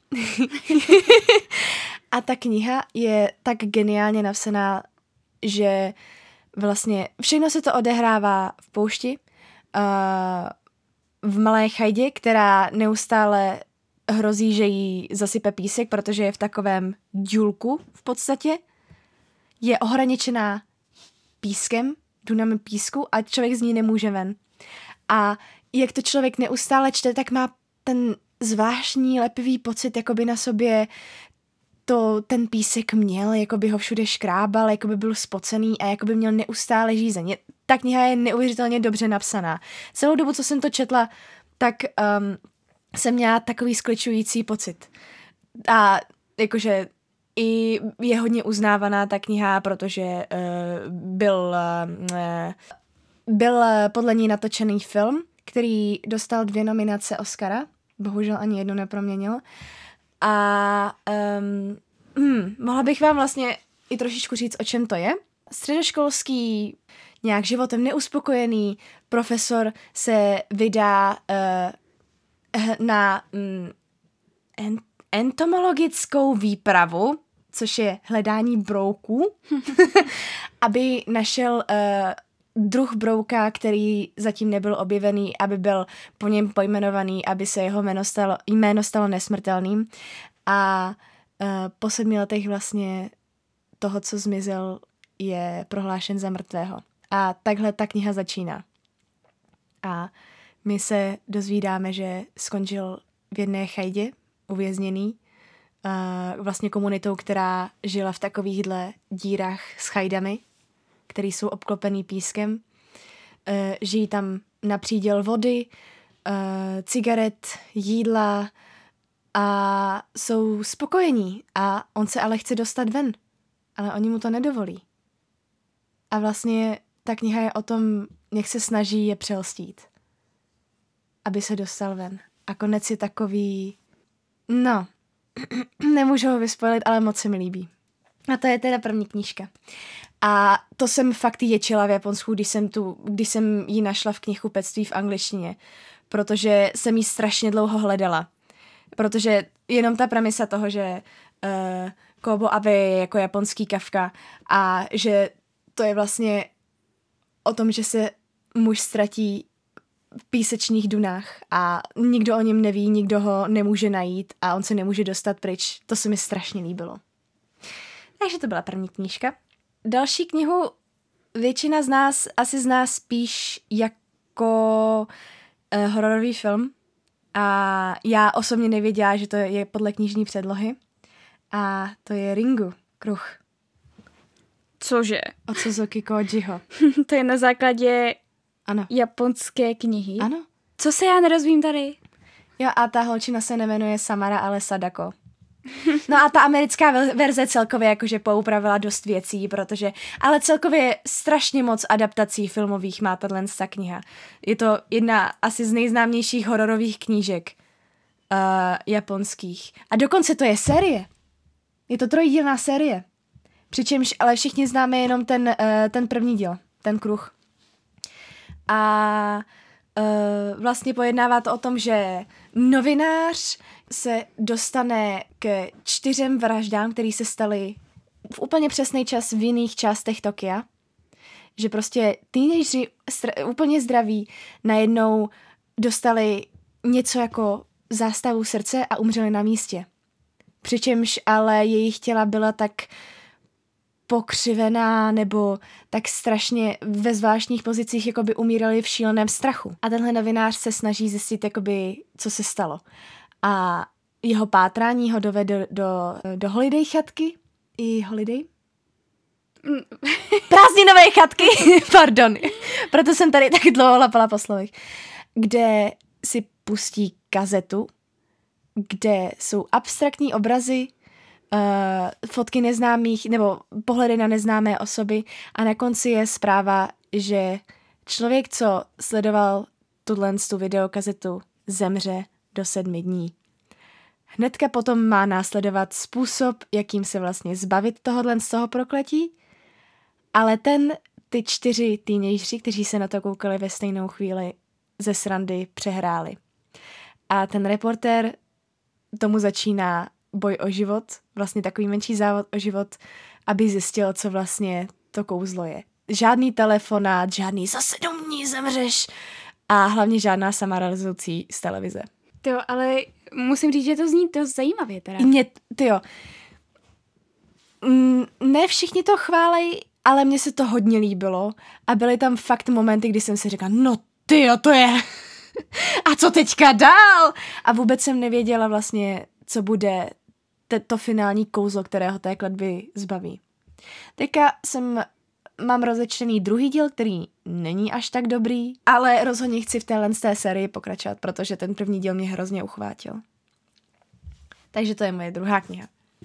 A ta kniha je tak geniálně napsaná, že vlastně všechno se to odehrává v poušti, uh, v malé chajdě, která neustále hrozí, že jí zasype písek, protože je v takovém důlku v podstatě. Je ohraničená pískem, dunami písku a člověk z ní nemůže ven. A jak to člověk neustále čte, tak má ten zvláštní lepivý pocit, jako by na sobě to ten písek měl, jako by ho všude škrábal, jako by byl spocený a jako by měl neustále žízeň. Ta kniha je neuvěřitelně dobře napsaná. Celou dobu, co jsem to četla, tak um, jsem měla takový skličující pocit. A jakože i je hodně uznávaná ta kniha, protože uh, byl, uh, byl podle ní natočený film, který dostal dvě nominace Oscara. Bohužel ani jednu neproměnil. A um, hm, mohla bych vám vlastně i trošičku říct, o čem to je. Středoškolský, nějak životem neuspokojený profesor se vydá uh, na um, ent- entomologickou výpravu, což je hledání brouků, aby našel uh, druh brouka, který zatím nebyl objevený, aby byl po něm pojmenovaný, aby se jeho jméno stalo, jméno stalo nesmrtelným. A uh, po sedmi letech vlastně toho, co zmizel, je prohlášen za mrtvého. A takhle ta kniha začíná. A my se dozvídáme, že skončil v jedné chajdě, uvězněný, uh, vlastně komunitou, která žila v takovýchhle dírách s chajdami, které jsou obklopený pískem. Uh, žijí tam na příděl vody, uh, cigaret, jídla a jsou spokojení. A on se ale chce dostat ven, ale oni mu to nedovolí. A vlastně ta kniha je o tom, jak se snaží je přelstít, aby se dostal ven. A konec je takový, no, nemůžu ho vyspojilit, ale moc se mi líbí. A to je teda první knížka. A to jsem fakt ječila v Japonsku, když jsem, tu, když jsem ji našla v knihkupectví v angličtině, protože jsem ji strašně dlouho hledala. Protože jenom ta premisa toho, že uh, Kobo Abe je jako japonský Kafka a že to je vlastně o tom, že se muž ztratí v písečných dunách a nikdo o něm neví, nikdo ho nemůže najít a on se nemůže dostat pryč. To se mi strašně líbilo. Takže to byla první knížka. Další knihu většina z nás asi zná spíš jako uh, hororový film. A já osobně nevěděla, že to je podle knižní předlohy. A to je Ringu, kruh. Cože? Od Suzuki Kojiho. To je na základě ano. japonské knihy? Ano. Co se já nerozvím tady? Jo, a ta holčina se nemenuje Samara, ale Sadako. No a ta americká verze celkově jakože poupravila dost věcí, protože, ale celkově strašně moc adaptací filmových má tato kniha. Je to jedna asi z nejznámějších hororových knížek uh, japonských. A dokonce to je série. Je to trojdílná série. Přičemž ale všichni známe jenom ten, uh, ten první díl, ten kruh. A uh, vlastně pojednává to o tom, že novinář se dostane k čtyřem vraždám, které se staly v úplně přesný čas v jiných částech Tokia. Že prostě teenageři str- úplně zdraví najednou dostali něco jako zástavu srdce a umřeli na místě. Přičemž ale jejich těla byla tak pokřivená nebo tak strašně ve zvláštních pozicích, jako by umírali v šíleném strachu. A tenhle novinář se snaží zjistit, jakoby, co se stalo. A jeho pátrání ho dovede do, do, do holiday chatky. I holiday? Prázdninové chatky, pardon. Proto jsem tady tak dlouho lapala po slovech. Kde si pustí kazetu, kde jsou abstraktní obrazy, uh, fotky neznámých, nebo pohledy na neznámé osoby a na konci je zpráva, že člověk, co sledoval tuhle tu videokazetu, zemře do sedmi dní. Hnedka potom má následovat způsob, jakým se vlastně zbavit tohohle z toho prokletí, ale ten ty čtyři teenageři, kteří se na to koukali ve stejnou chvíli ze srandy, přehráli. A ten reportér tomu začíná boj o život, vlastně takový menší závod o život, aby zjistil, co vlastně to kouzlo je. Žádný telefonát, žádný za sedm dní zemřeš a hlavně žádná samorealizující z televize. To, ale musím říct, že to zní dost zajímavě teda. Mě, tyjo, mm, ne všichni to chválej, ale mně se to hodně líbilo a byly tam fakt momenty, kdy jsem si řekla, no tyjo, to je... A co teďka dál? A vůbec jsem nevěděla vlastně, co bude te- to finální kouzlo, kterého té kletby zbaví. Teďka jsem, mám rozečtený druhý díl, který není až tak dobrý, ale rozhodně chci v téhle z té sérii pokračovat, protože ten první díl mě hrozně uchvátil. Takže to je moje druhá kniha.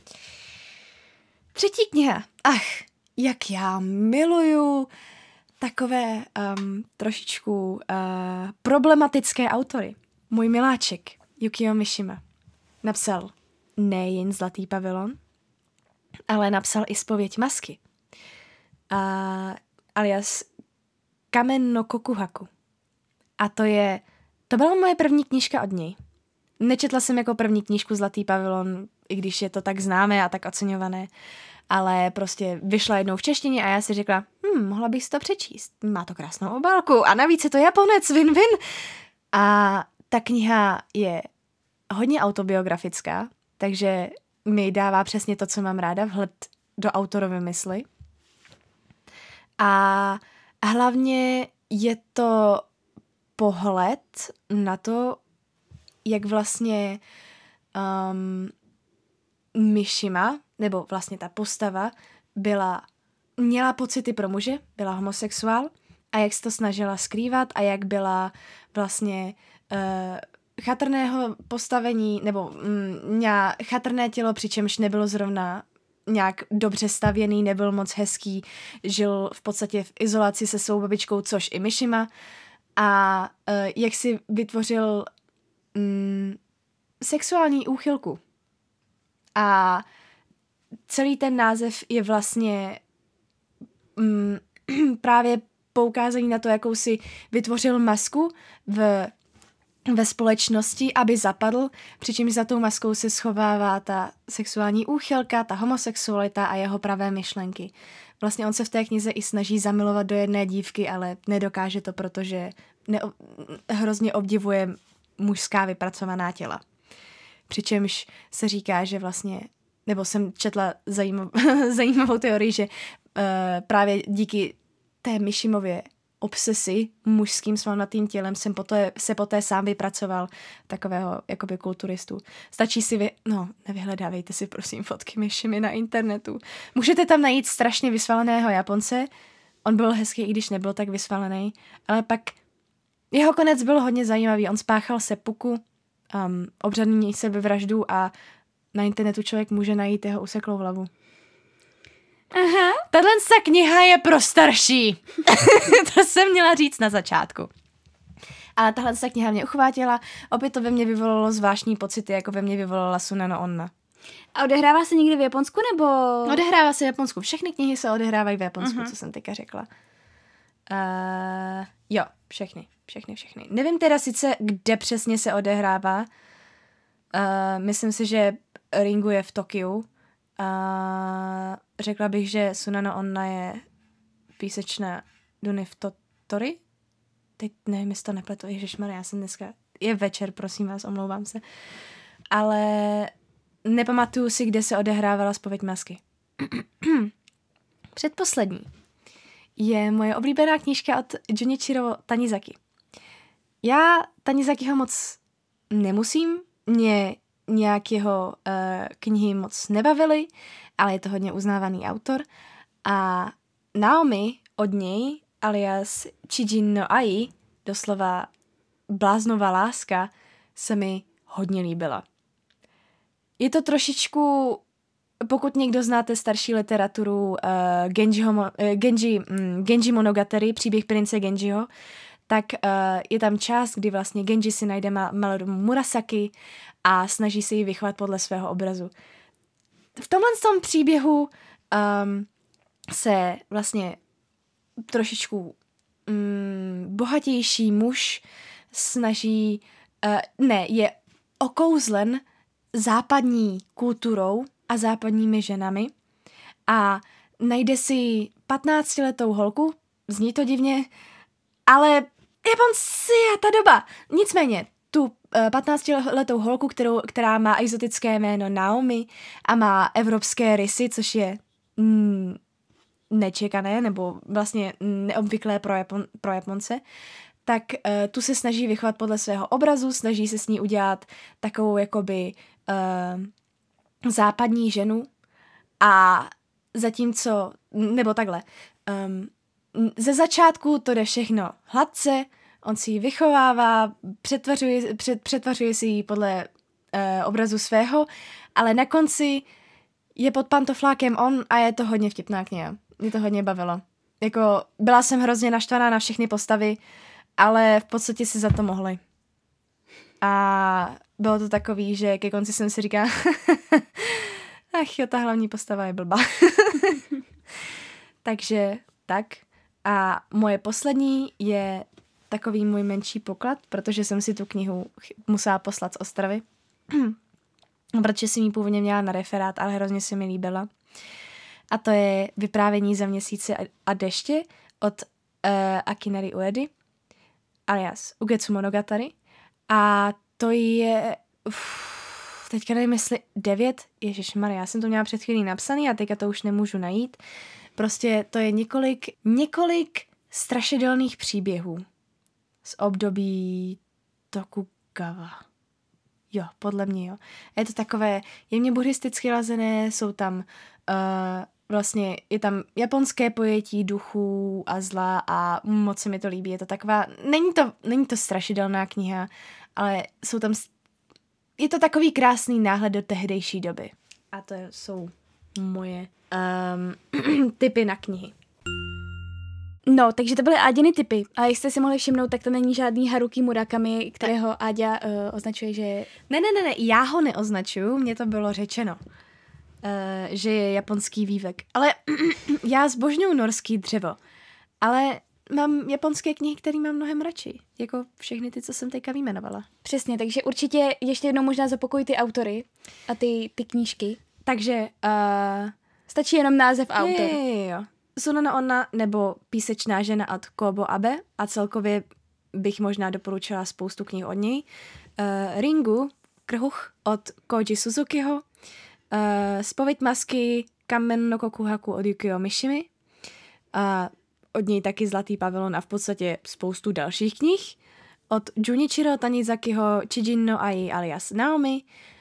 Třetí kniha. Ach, jak já miluju takové um, trošičku uh, problematické autory. Můj miláček, Yukio Mishima, napsal nejen Zlatý pavilon, ale napsal i Zpověď masky. Uh, alias Kamen no Kokuhaku. A to je, to byla moje první knížka od něj. Nečetla jsem jako první knížku Zlatý pavilon, i když je to tak známé a tak oceňované, ale prostě vyšla jednou v češtině a já si řekla, hm, mohla bych si to přečíst. Má to krásnou obálku a navíc je to Japonec, win-win. A ta kniha je hodně autobiografická, takže mi dává přesně to, co mám ráda, vhled do autorovy mysli. A hlavně je to pohled na to, jak vlastně um, Mishima, nebo vlastně ta postava, byla, měla pocity pro muže, byla homosexuál a jak se to snažila skrývat a jak byla vlastně uh, chatrného postavení, nebo mm, měla chatrné tělo, přičemž nebylo zrovna nějak dobře stavěný, nebyl moc hezký, žil v podstatě v izolaci se svou babičkou, což i Mishima. A uh, jak si vytvořil mm, sexuální úchylku. A celý ten název je vlastně mm, právě poukázání na to, jakou si vytvořil masku v, ve společnosti, aby zapadl, přičemž za tou maskou se schovává ta sexuální úchylka, ta homosexualita a jeho pravé myšlenky. Vlastně on se v té knize i snaží zamilovat do jedné dívky, ale nedokáže to, protože ne, hrozně obdivuje mužská vypracovaná těla. Přičemž se říká, že vlastně, nebo jsem četla zajímav, zajímavou teorii, že uh, právě díky té Mishimově obsesi mužským svalnatým tělem jsem poté, se poté sám vypracoval takového jakoby kulturistu. Stačí si vy... No, nevyhledávejte si prosím fotky Mishimy na internetu. Můžete tam najít strašně vysvaleného Japonce. On byl hezký, i když nebyl tak vysvalený, ale pak jeho konec byl hodně zajímavý. On spáchal seppuku, um, obřadný sebevraždu a na internetu člověk může najít jeho useklou hlavu. Aha. Tahle kniha je pro starší. To jsem měla říct na začátku. Ale tahle kniha mě uchvátila, opět to ve mně vyvolalo zvláštní pocity, jako ve mně vyvolala Sunano Onna. A odehrává se někdy v Japonsku, nebo? Odehrává se v Japonsku. Všechny knihy se odehrávají v Japonsku, uh-huh. co jsem teďka řekla. Uh, jo, všechny, všechny, všechny. Nevím teda sice, kde přesně se odehrává. Uh, myslím si, že Ringu je v Tokiu. A řekla bych, že Sunano Onna je písečná Duny v Totori. Teď nevím, jestli to nepletu. Ježišmarja, já jsem dneska... Je večer, prosím vás, omlouvám se. Ale nepamatuju si, kde se odehrávala Zpověď masky. Předposlední je moje oblíbená knížka od Junichiro Tanizaki. Já Tanizakiho moc nemusím, mě nějak jeho uh, knihy moc nebavily, ale je to hodně uznávaný autor. A Naomi od něj, alias Chijin no Ai, doslova bláznová láska, se mi hodně líbila. Je to trošičku, pokud někdo znáte starší literaturu uh, Genjiho, uh, Genji, um, Genji Monogatari, příběh prince Genjiho, tak uh, je tam část, kdy vlastně Genji si najde Maloru Murasaki a snaží se ji vychovat podle svého obrazu. V tomhle tom příběhu um, se vlastně trošičku um, bohatější muž snaží, uh, ne, je okouzlen západní kulturou a západními ženami a najde si patnáctiletou holku, zní to divně, ale Japonci a ta doba. Nicméně, tu patnáctiletou holku, kterou, která má exotické jméno Naomi a má evropské rysy, což je mm, nečekané, nebo vlastně neobvyklé pro, Japon, pro Japonce, tak uh, tu se snaží vychovat podle svého obrazu, snaží se s ní udělat takovou jakoby uh, západní ženu a zatímco, nebo takhle, um, ze začátku to jde všechno hladce, on si ji vychovává, přetvařuje, před, přetvařuje si ji podle uh, obrazu svého, ale na konci je pod pantoflákem on a je to hodně vtipná kniha. Mě to hodně bavilo. Jako, byla jsem hrozně naštvaná na všechny postavy, ale v podstatě si za to mohli. A bylo to takový, že ke konci jsem si říkala ach jo, ta hlavní postava je blbá. Takže tak. A moje poslední je takový můj menší poklad, protože jsem si tu knihu musela poslat z Ostravy. Protože jsem ji původně měla na referát, ale hrozně se mi líbila. A to je Vyprávění za měsíce a deště od uh, Akinari Uedy, alias Ugetsu Monogatari. A to je, uf, teďka nevím, jestli devět, ježišmarja, já jsem to měla před chvílí napsaný a teďka to už nemůžu najít. Prostě to je několik, několik strašidelných příběhů z období Tokugawa. Jo, podle mě jo. Je to takové jemně buddhisticky lazené, jsou tam uh, vlastně, je tam japonské pojetí duchů a zla a moc se mi to líbí. Je to taková, není to, není to strašidelná kniha, ale jsou tam, je to takový krásný náhled do tehdejší doby. A to jsou moje um, tipy na knihy. No, takže to byly Áďiny tipy. A jak jste si mohli všimnout, tak to není žádný Haruki Murakami, kterého Áďa uh, označuje, že je... Ne, ne, ne, ne, já ho neoznačuju, mně to bylo řečeno, uh, že je japonský vývek. Ale já zbožňuju norský dřevo, ale mám japonské knihy, které mám mnohem radši, jako všechny ty, co jsem teďka vyjmenovala. Přesně, takže určitě ještě jednou možná zopakuj ty autory a ty, ty knížky. Takže... Uh, stačí jenom název autor. Jo, jo, jo. Sunana Onna nebo Písečná žena od Kobo Abe a celkově bych možná doporučila spoustu knih od něj. Uh, Ringu, Krhuch od Koji Suzukiho, uh, Spověď masky Kamen no Kokuhaku od Yukio Mishimy a od něj taky Zlatý pavilon a v podstatě spoustu dalších knih. Od Junichiro Tanizakiho Chijin no Ai alias Naomi.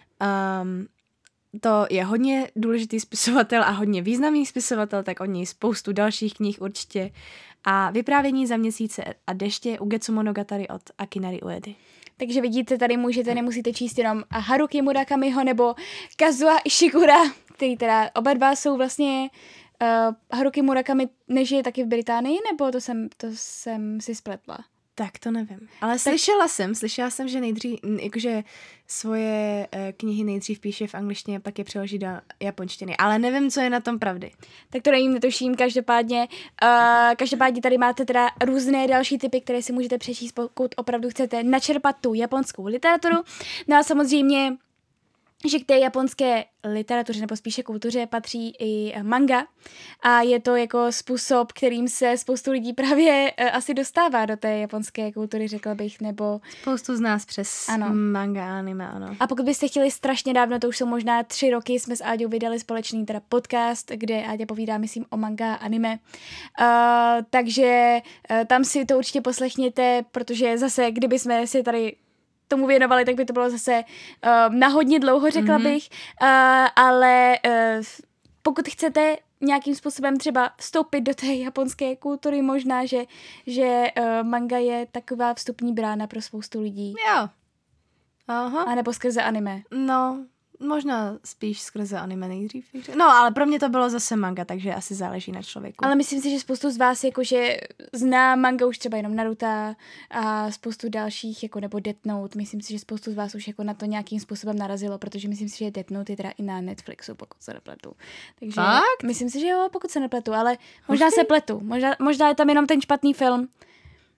Um, To je hodně důležitý spisovatel a hodně významný spisovatel, tak od něj spoustu dalších knih určitě. A Vyprávění za měsíce a deště Ugetsu Monogatari od Akinari Uedy. Takže vidíte, tady můžete, nemusíte číst jenom Haruki Murakamiho nebo Kazuo Ishigura, který teda oba dva jsou vlastně... Uh, Haruki Murakami nežije taky v Británii, nebo to jsem, to jsem si spletla? Tak to nevím. Ale tak... slyšela jsem, slyšela jsem, že nejdřív, jakože svoje uh, knihy nejdřív píše v angličtině, pak je přeloží do japonštiny. Ale nevím, co je na tom pravdy. Tak to nevím, netuším, každopádně. Uh, každopádně tady máte teda různé další typy, které si můžete přečíst, pokud opravdu chcete načerpat tu japonskou literaturu. No a samozřejmě, že k té japonské literatuře nebo spíše kultuře patří i manga a je to jako způsob, kterým se spoustu lidí právě uh, asi dostává do té japonské kultury, řekla bych, nebo... Spoustu z nás přes ano. manga, anime, ano. A pokud byste chtěli strašně dávno, to už jsou možná tři roky, jsme s Áďou vydali společný teda podcast, kde Áďa povídá, myslím, o manga a anime. Uh, takže uh, tam si to určitě poslechněte, protože zase, kdyby jsme si tady tomu věnovali, tak by to bylo zase uh, na hodně dlouho, řekla mm-hmm. bych, uh, ale uh, pokud chcete nějakým způsobem třeba vstoupit do té japonské kultury, možná, že, že uh, manga je taková vstupní brána pro spoustu lidí. Jo. Aha. A nebo skrze anime. No, možná spíš skrze anime nejdřív. No, ale pro mě to bylo zase manga, takže asi záleží na člověku. Ale myslím si, že spoustu z vás jakože zná manga už třeba jenom Naruto a spoustu dalších, jako nebo Death Note. Myslím si, že spoustu z vás už jako na to nějakým způsobem narazilo, protože myslím si, že Death Note je teda i na Netflixu, pokud se nepletu. Takže Fakt? Myslím si, že jo, pokud se nepletu, ale možná se pletu. Možná, možná je tam jenom ten špatný film.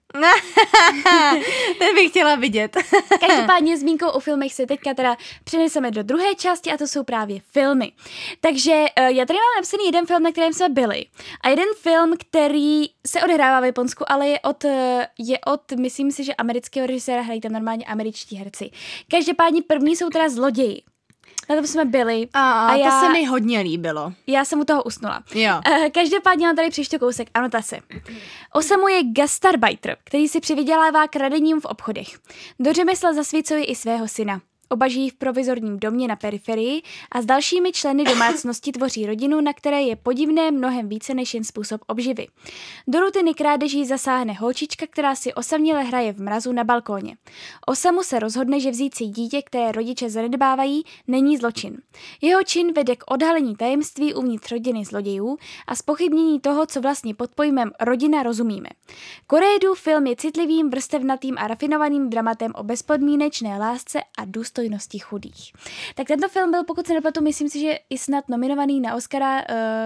Ten bych chtěla vidět. Každopádně zmínkou o filmech se teďka teda přeneseme do druhé části a to jsou právě filmy. Takže uh, já tady mám napsaný jeden film, na kterém jsme byli. A jeden film, který se odehrává v Japonsku, ale je od, uh, je od, myslím si, že amerického režiséra, hrají tam normálně američtí herci. Každopádně první jsou teda Zloději. Na tom jsme byli. A, a já, to se mi hodně líbilo. Já jsem u toho usnula. Jo. Uh, každopádně mám tady příště kousek anotace. Osamu je gastarbajtr, který si přivydělává kradením v obchodech. Do řemesla zasvěcuje i svého syna. Oba žijí v provizorním domě na periferii a s dalšími členy domácnosti tvoří rodinu, na které je podivné mnohem více než jen způsob obživy. Do rutiny krádeží zasáhne holčička, která si osaměle hraje v mrazu na balkóně. Osamu se rozhodne, že vzít si dítě, které rodiče zanedbávají, není zločin. Jeho čin vede k odhalení tajemství uvnitř rodiny zlodějů a zpochybnění toho, co vlastně pod pojmem rodina rozumíme. Koreedův film je citlivým, vrstevnatým a rafinovaným dramatem o bezpodmínečné lásce a důstojnosti důstojnosti chudých. Tak tento film byl, pokud se nepletu, myslím si, že i snad nominovaný na Oscara uh,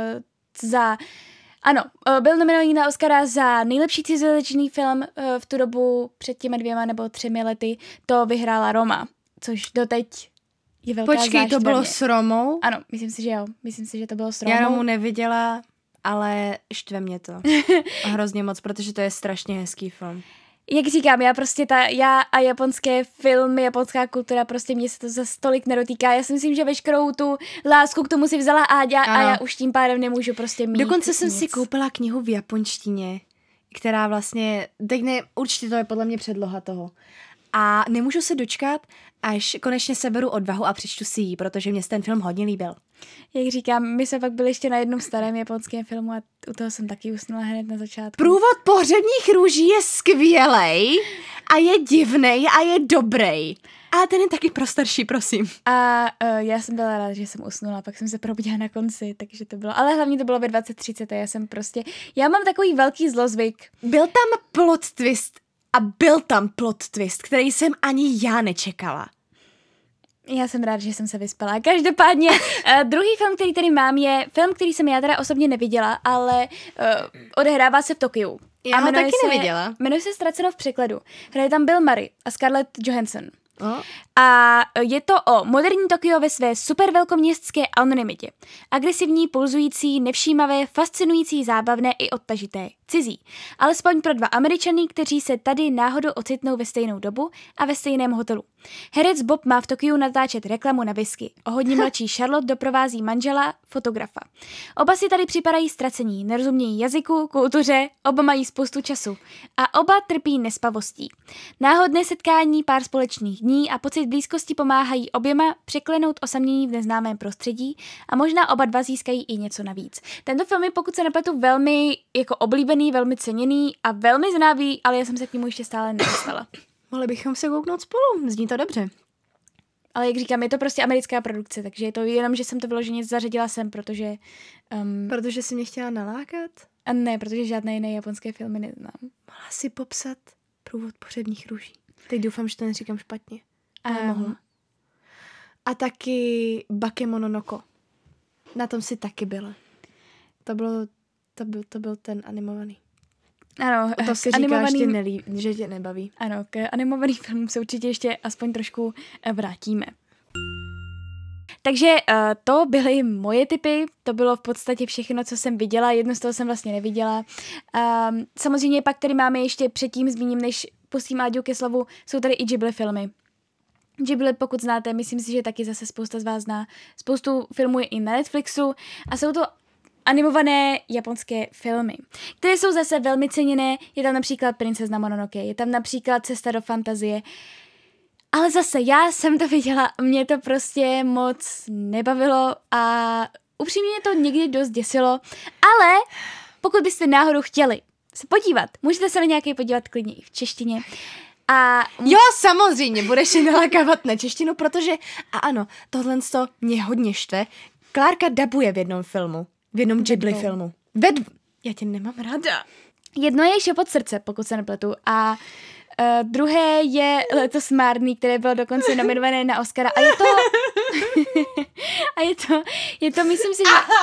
za... Ano, uh, byl nominovaný na Oscara za nejlepší cizojazyčný film uh, v tu dobu před těmi dvěma nebo třemi lety. To vyhrála Roma, což doteď je velká Počkej, to bylo s Romou? Ano, myslím si, že jo. Myslím si, že to bylo s Romou. Já Romu neviděla, ale štve mě to. Hrozně moc, protože to je strašně hezký film. Jak říkám, já prostě ta, já a japonské filmy, japonská kultura, prostě mě se to za stolik nedotýká. Já si myslím, že veškerou tu lásku k tomu si vzala Áďa a já už tím pádem nemůžu prostě mít. Dokonce jsem nic. si koupila knihu v japonštině, která vlastně, teď ne, určitě to je podle mě předloha toho. A nemůžu se dočkat, až konečně seberu odvahu a přečtu si ji, protože mě ten film hodně líbil. Jak říkám, my jsme pak byli ještě na jednom starém japonském filmu a u toho jsem taky usnula hned na začátku. Průvod pohřebních růží je skvělej a je divnej a je dobrý. A ten je taky pro starší, prosím. A uh, já jsem byla ráda, že jsem usnula, pak jsem se probudila na konci, takže to bylo, ale hlavně to bylo ve dvacet třicet a já jsem prostě, já mám takový velký zlozvyk. Byl tam plot twist a byl tam plot twist, který jsem ani já nečekala. Já jsem ráda, že jsem se vyspala. Každopádně uh, druhý film, který tady mám, je film, který jsem já teda osobně neviděla, ale uh, odehrává se v Tokiu. Já a ho taky se, neviděla. Jmenuje se Ztraceno v překladu. Hraje tam Bill Murray a Scarlett Johansson. Oh. A je to o moderní Tokio ve své super velkoměstské anonymitě. Agresivní, pulzující, nevšímavé, fascinující, zábavné i odtažité. Cizí. Alespoň pro dva Američany, kteří se tady náhodou ocitnou ve stejnou dobu a ve stejném hotelu. Herec Bob má v Tokiu natáčet reklamu na whisky. O hodně mladší Charlotte doprovází manžela, fotografa. Oba si tady připadají ztracení, nerozumějí jazyku, kultuře, oba mají spoustu času. A oba trpí nespavostí. Náhodné setkání, pár společných dní a pocit blízkosti pomáhají oběma překlenout osamění v neznámém prostředí a možná oba dva získají i něco navíc. Tento film je, pokud se nepletu, velmi jako oblíbený, velmi ceněný a velmi znávý, ale já jsem se k němu ještě stále nedostala. Mohli bychom se kouknout spolu, zní to dobře. Ale jak říkám, je to prostě americká produkce, takže je to jenom, že jsem to vyloženě zařadila sem, protože... Um, protože jsi mě chtěla nalákat? A ne, protože žádné jiné japonské filmy neznám. Mohla si popsat Průvod pohřebních růží. Teď doufám, že to neříkám špatně. Ale Um, mohla. A taky Bakemononoko. Na tom si taky byla. To bylo, to byl, to byl ten animovaný. Ano, to si animovaný... říkáš, tě nelí, že tě nebaví. Ano, k animovaným filmům se určitě ještě aspoň trošku vrátíme. Takže uh, to byly moje tipy, to bylo v podstatě všechno, co jsem viděla, jedno z toho jsem vlastně neviděla. Um, samozřejmě pak tady máme ještě předtím zmíním, než pustím Áďu ke slovu, jsou tady i Ghibli filmy. Ghibli, pokud znáte, myslím si, že taky zase spousta z vás zná. Spoustu filmů je i na Netflixu a jsou to animované japonské filmy, které jsou zase velmi ceněné. Je tam například Princezna Mononoke, je tam například Cesta do fantazie. Ale zase já jsem to viděla, mě to prostě moc nebavilo a upřímně mě to někdy dost děsilo. Ale pokud byste náhodou chtěli se podívat, můžete se na nějaký podívat klidně i v češtině. A... Jo, samozřejmě, budeš si nalákávat na češtinu, protože, a ano, tohle mě hodně štve. Klárka dabuje v jednom filmu, v jednom Ghibli filmu. Ve dv... Já tě nemám ráda. Jedno je Šepot srdce, pokud se nepletu, a uh, druhé je Letos márný, které bylo dokonce nominované na Oscara. A je to... a je to, je to, myslím si, že...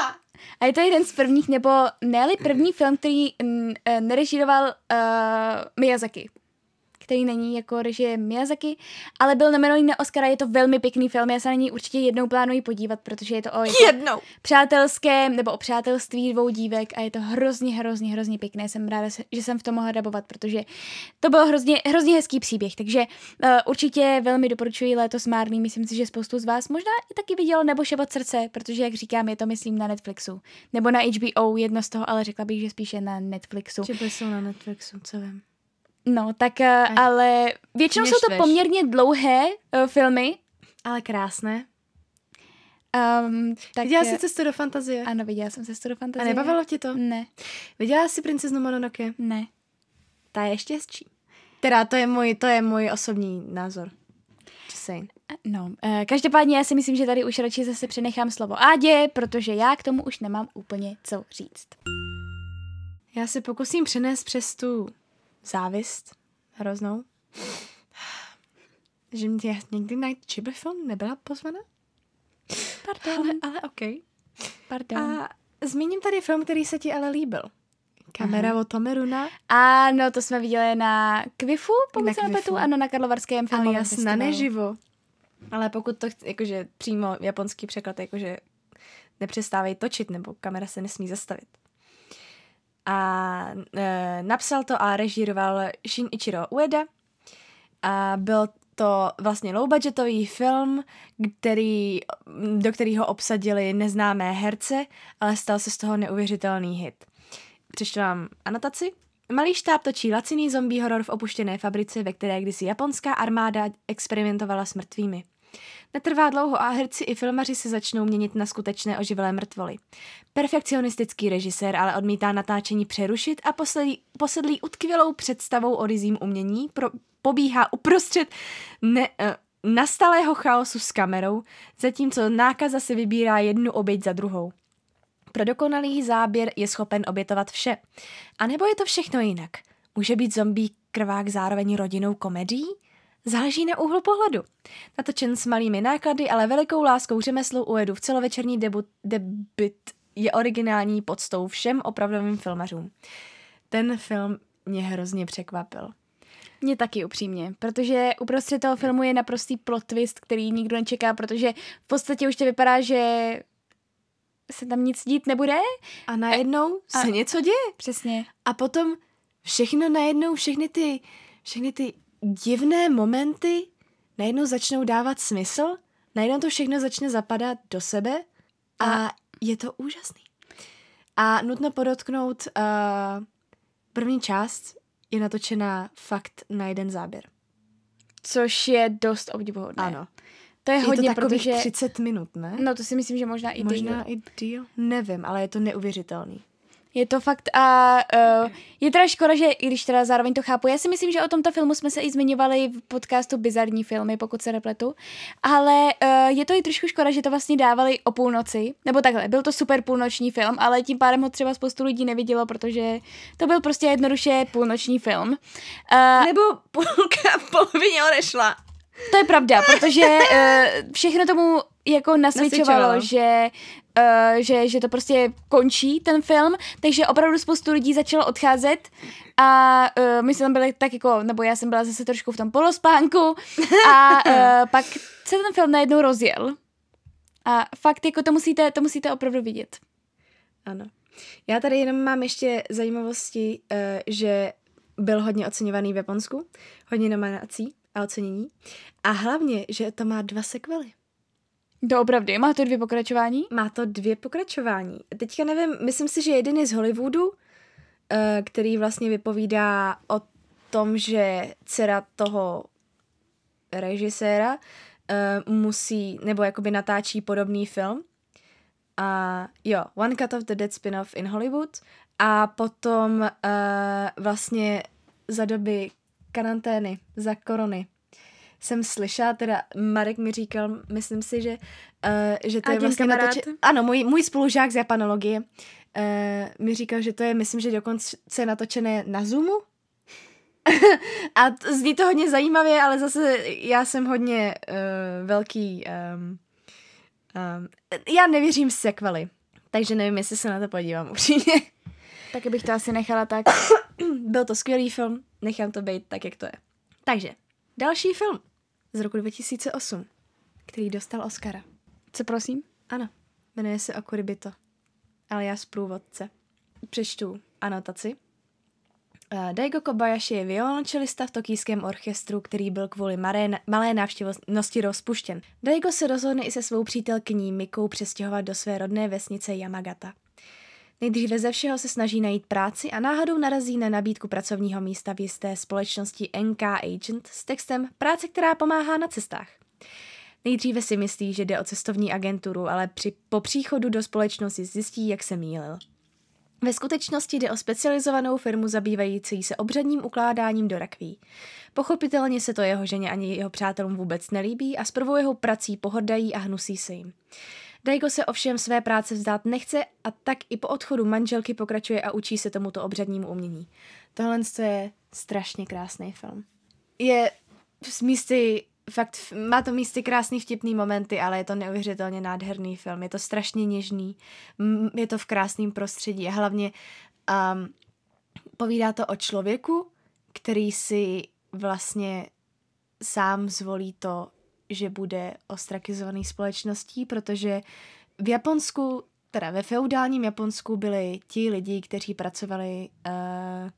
A je to jeden z prvních, nebo ne-li první film, který n- nerežíroval uh, Miyazaki. Který není jako režie Miyazaki, ale byl nominovaný na Oscara, je to velmi pěkný film, já se na něj určitě jednou plánuji podívat, protože je to o jako Jednou! přátelském, nebo o přátelství dvou dívek a je to hrozně, hrozně, hrozně pěkné, jsem ráda, že jsem v tom mohla dabovat, protože to byl hrozně, hrozně hezký příběh, takže uh, určitě velmi doporučuji Léto s Marley, myslím si, že spoustu z vás možná i taky vidělo, nebo Šebot srdce, protože jak říkám, je to myslím na Netflixu, nebo na H B O, jedno z toho, ale řekla bych, že spíše na Netflixu. Čiby jsou na Netflixu, co vím. No, tak uh, ale většinou jsou to poměrně dlouhé uh, filmy. Ale krásné. Um, tak, viděla jsi Cestu do fantazie? Ano, viděla jsem Cestu do fantazie. A nebavilo tě to? Ne. Viděla jsi Princeznu Mononoke? Ne. Ta je ještě hezčí. Teda to je můj, to je můj osobní názor. Just saying. No, uh, každopádně já si myslím, že tady už radši zase přenechám slovo Ádě, protože já k tomu už nemám úplně co říct. Já se pokusím přenést přes tu závist hroznou, že mě někdy na Ghibli film nebyla pozvaná. Pardon. Ale, ale okej. Okay. Pardon. A zmíním tady film, který se ti ale líbil. Kamera od Tomeruna. Ano, to jsme viděli na Kvifu, pokud Na se Kvifu. nepletu, ano, na Karlovarském filmovém Ale jasně, festivalu. neživo. Ale pokud to, chci, jakože přímo japonský překlad, jakože nepřestávají točit, nebo kamera se nesmí zastavit. A e, napsal to a režíroval Shinichiro Ueda. A byl to vlastně low-budgetový film, který, do kterého obsadili neznámé herce, ale stal se z toho neuvěřitelný hit. Přečtu vám anotaci. Malý štáb točí laciný zombie horor v opuštěné fabrice, ve které kdysi japonská armáda experimentovala s mrtvými. Netrvá dlouho a herci i filmaři se začnou měnit na skutečné oživelé mrtvoly. Perfekcionistický režisér ale odmítá natáčení přerušit a posedlí, posedlí utkvělou představou o ryzím umění, pro, pobíhá uprostřed ne, uh, nastalého chaosu s kamerou, zatímco nákaza si vybírá jednu oběť za druhou. Pro dokonalý záběr je schopen obětovat vše. A nebo je to všechno jinak? Může být zombie krvák zároveň rodinnou komedií? Záleží na úhlu pohledu. Natočen s malými náklady, ale velikou láskou řemeslu Uedu v celovečerní debut, debut je originální poctou všem opravdovým filmařům. Ten film mě hrozně překvapil. Mě taky upřímně, protože uprostřed toho filmu je naprostý plot twist, který nikdo nečeká, protože v podstatě už to vypadá, že se tam nic dít nebude. A najednou a... se něco děje. Přesně. A potom všechno najednou, všechny ty, všechny ty divné momenty najednou začnou dávat smysl, najednou to všechno začne zapadat do sebe a, a je to úžasný. A nutno podotknout, uh, první část je natočená fakt na jeden záběr. Což je dost obdivuhodné. Ano. To je, je hodně, to takových protože... třicet minut, ne? No to si myslím, že možná i Možná díl. i díl. Nevím, ale je to neuvěřitelný. Je to fakt a uh, je teda škoda, že i když teda zároveň to chápu, já si myslím, že o tomto filmu jsme se i zmiňovali v podcastu Bizarní filmy, pokud se nepletu, ale uh, je to i trošku škoda, že to vlastně dávali o půlnoci, nebo takhle, byl to super půlnoční film, ale tím pádem ho třeba spoustu lidí nevidělo, protože to byl prostě jednoduše půlnoční film. Uh, Nebo půlka v polovině odešla. To je pravda, protože uh, všechno tomu jako nasvědčovalo, Nasvědčovalo. že, uh, že, že to prostě končí ten film, takže opravdu spoustu lidí začalo odcházet a uh, my jsme tam byli tak jako, nebo já jsem byla zase trošku v tom polospánku a uh, pak se ten film najednou rozjel. A fakt jako to musíte, to musíte opravdu vidět. Ano. Já tady jenom mám ještě zajímavosti, uh, že byl hodně oceňovaný v Japonsku, hodně nominací a ocenění. A hlavně, že to má dva sequely. Doopravdy, má to dvě pokračování? Má to dvě pokračování. Teďka nevím, myslím si, že jeden je z Hollywoodu, uh, který vlastně vypovídá o tom, že dcera toho režiséra uh, musí, nebo jakoby natáčí podobný film. A jo, One Cut of the Dead spin-off in Hollywood. A potom uh, vlastně za doby karantény, za korony, jsem slyšela, teda Marek mi říkal, myslím si, že, uh, že to A je vlastně kamarád? natoči... Ano, můj, můj spolužák z japanologie uh, mi říkal, že to je, myslím, že dokonce natočené na Zoomu. A t- zní to hodně zajímavě, ale zase já jsem hodně uh, velký... Um, um, já nevěřím v sequely. Takže nevím, jestli se na to podívám upřímně. Taky bych to asi nechala tak. Byl to skvělý film, nechám to být tak, jak to je. Takže, další film z roku dva tisíce osm, který dostal Oscara. Co prosím? Ano, jmenuje se Okuribito, alias Průvodce. Přečtu anotaci. Uh, Daigo Kobayashi je violončelista v tokijském orchestru, který byl kvůli malé, malé návštěvnosti rozpuštěn. Daigo se rozhodne i se svou přítelkyní Mikou přestěhovat do své rodné vesnice Yamagata. Nejdříve ze všeho se snaží najít práci a náhodou narazí na nabídku pracovního místa v jisté společnosti N K Agent s textem Práce, která pomáhá na cestách. Nejdříve si myslí, že jde o cestovní agenturu, ale při, po příchodu do společnosti zjistí, jak se mýlil. Ve skutečnosti jde o specializovanou firmu zabývající se obřadním ukládáním do rakví. Pochopitelně se to jeho ženě ani jeho přátelům vůbec nelíbí a s prvou jeho prací pohrdají a hnusí se jim. Daigo se ovšem své práce vzdát nechce a tak i po odchodu manželky pokračuje a učí se tomuto obřadnímu umění. Tohle je strašně krásný film. Je z místy, fakt, má to místy krásný vtipný momenty, ale je to neuvěřitelně nádherný film. Je to strašně něžný, je to v krásném prostředí a hlavně um, povídá to o člověku, který si vlastně sám zvolí to, že bude ostrakizovaný společností, protože v Japonsku, teda ve feudálním Japonsku byli ti lidi, kteří pracovali uh,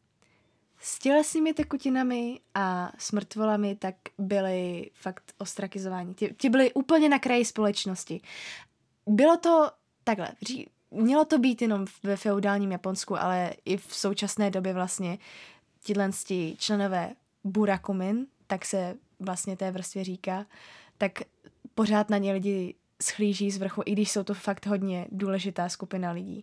s tělesnými tekutinami a s mrtvolami, tak byli fakt ostrakizováni. Ti, ti byli úplně na kraji společnosti. Bylo to takhle, mělo to být jenom ve feudálním Japonsku, ale i v současné době vlastně tihle členové burakumin, tak se vlastně té vrstvě říká, tak pořád na ně lidi schlíží z vrchu, i když jsou to fakt hodně důležitá skupina lidí.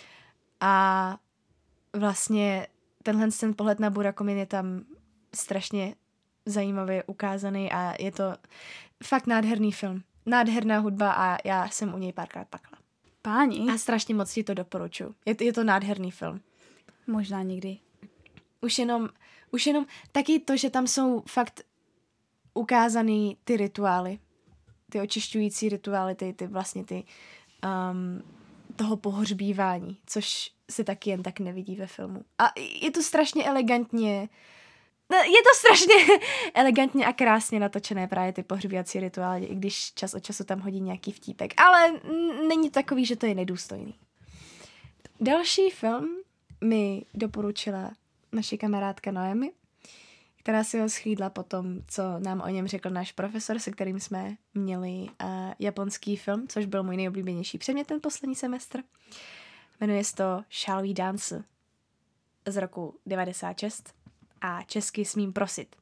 A vlastně tenhle ten pohled na burakumin je tam strašně zajímavě ukázaný a je to fakt nádherný film. Nádherná hudba a já jsem u něj párkrát plakala. Páni. A strašně moc ti to doporučuji. Je, je to nádherný film. Možná někdy. Už jenom, už jenom taky to, že tam jsou fakt ukázaný ty rituály, ty očišťující rituály, ty, ty vlastně ty um, toho pohřbívání, což se taky jen tak nevidí ve filmu. A je to strašně elegantně, je to strašně elegantně a krásně natočené právě ty pohřbívací rituály, i když čas od času tam hodí nějaký vtípek, ale není takový, že to je nedůstojný. Další film mi doporučila naše kamarádka Noemi, která si ho schlídla po tom, co nám o něm řekl náš profesor, se kterým jsme měli uh, japonský film, což byl můj nejoblíbenější předmět ten poslední semestr. Jmenuje se to Shall We Dance z roku devadesát šest a česky Smím prosit.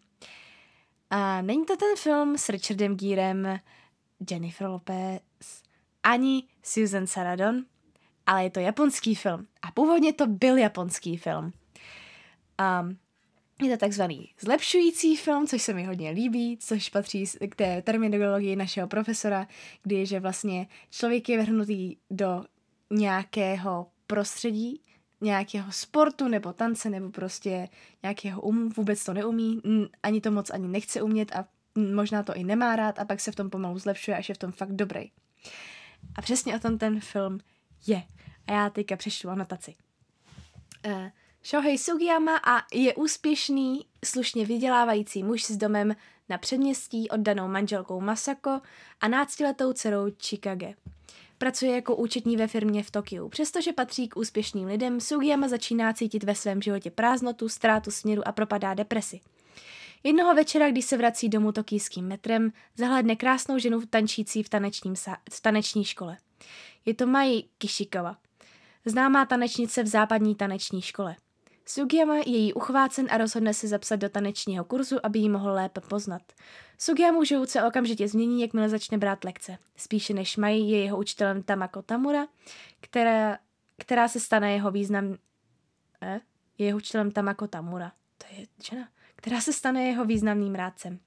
A není to ten film s Richardem Gírem, Jennifer Lopez ani Susan Sarandon, ale je to japonský film. A původně to byl japonský film. Um, Je to takzvaný zlepšující film, což se mi hodně líbí, což patří k té terminologii našeho profesora, kdy je, že vlastně člověk je vrhnutý do nějakého prostředí, nějakého sportu nebo tance nebo prostě nějakého umu, vůbec to neumí, ani to moc ani nechce umět a možná to i nemá rád a pak se v tom pomalu zlepšuje, až je v tom fakt dobrý. A přesně o tom ten film je. A já teďka přečtu anotaci. Uh, Shohei Sugiyama a je úspěšný, slušně vydělávající muž s domem na předměstí oddanou manželkou Masako a náctiletou dcerou Chikage. Pracuje jako účetní ve firmě v Tokiu. Přestože patří k úspěšným lidem, Sugiyama začíná cítit ve svém životě prázdnotu, ztrátu směru a propadá depresi. Jednoho večera, když se vrací domů tokijským metrem, zahlédne krásnou ženu tančící v, tanečním sa- v taneční škole. Je to Mai Kishikawa, známá tanečnice v západní taneční škole. Sugiyama je jí uchvácen a rozhodne se zapsat do tanečního kurzu, aby ji mohl lépe poznat. Sugiyamu život se okamžitě změní, jakmile začne brát lekce. Spíše než Mai je jeho učitelem Tamako Tamura, která, která se stane jeho význam... Eh? Je jeho učitelem Tamako Tamura. To je žena. Která se stane jeho významným rádcem.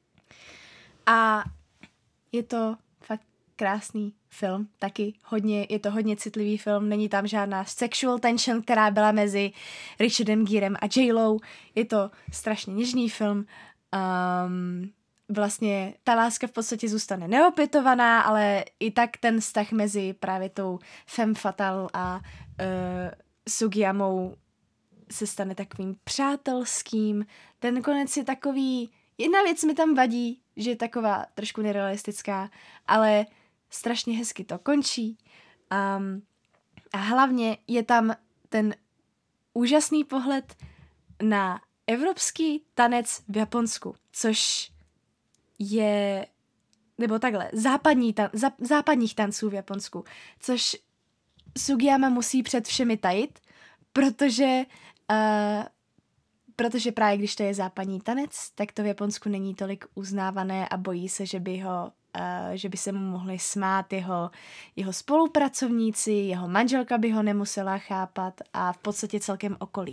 A je to fakt krásný film, taky hodně, je to hodně citlivý film, není tam žádná sexual tension, která byla mezi Richardem Gírem a J-Lo, je to strašně něžný film, um, vlastně ta láska v podstatě zůstane neopětovaná, ale i tak ten vztah mezi právě tou femme fatale a uh, Sugiyamou se stane takovým přátelským. Ten konec je takový, jedna věc mi tam vadí, že je taková trošku nerealistická, ale strašně hezky to končí. Um, a hlavně je tam ten úžasný pohled na evropský tanec v Japonsku, což je, nebo takhle, západní tan- zá- západních tanců v Japonsku, což Sugiyama musí před všemi tajit, protože uh, protože právě když to je západní tanec, tak to v Japonsku není tolik uznávané a bojí se, že by ho Uh, že by se mu mohli smát jeho, jeho spolupracovníci, jeho manželka by ho nemusela chápat a v podstatě celkem okolí.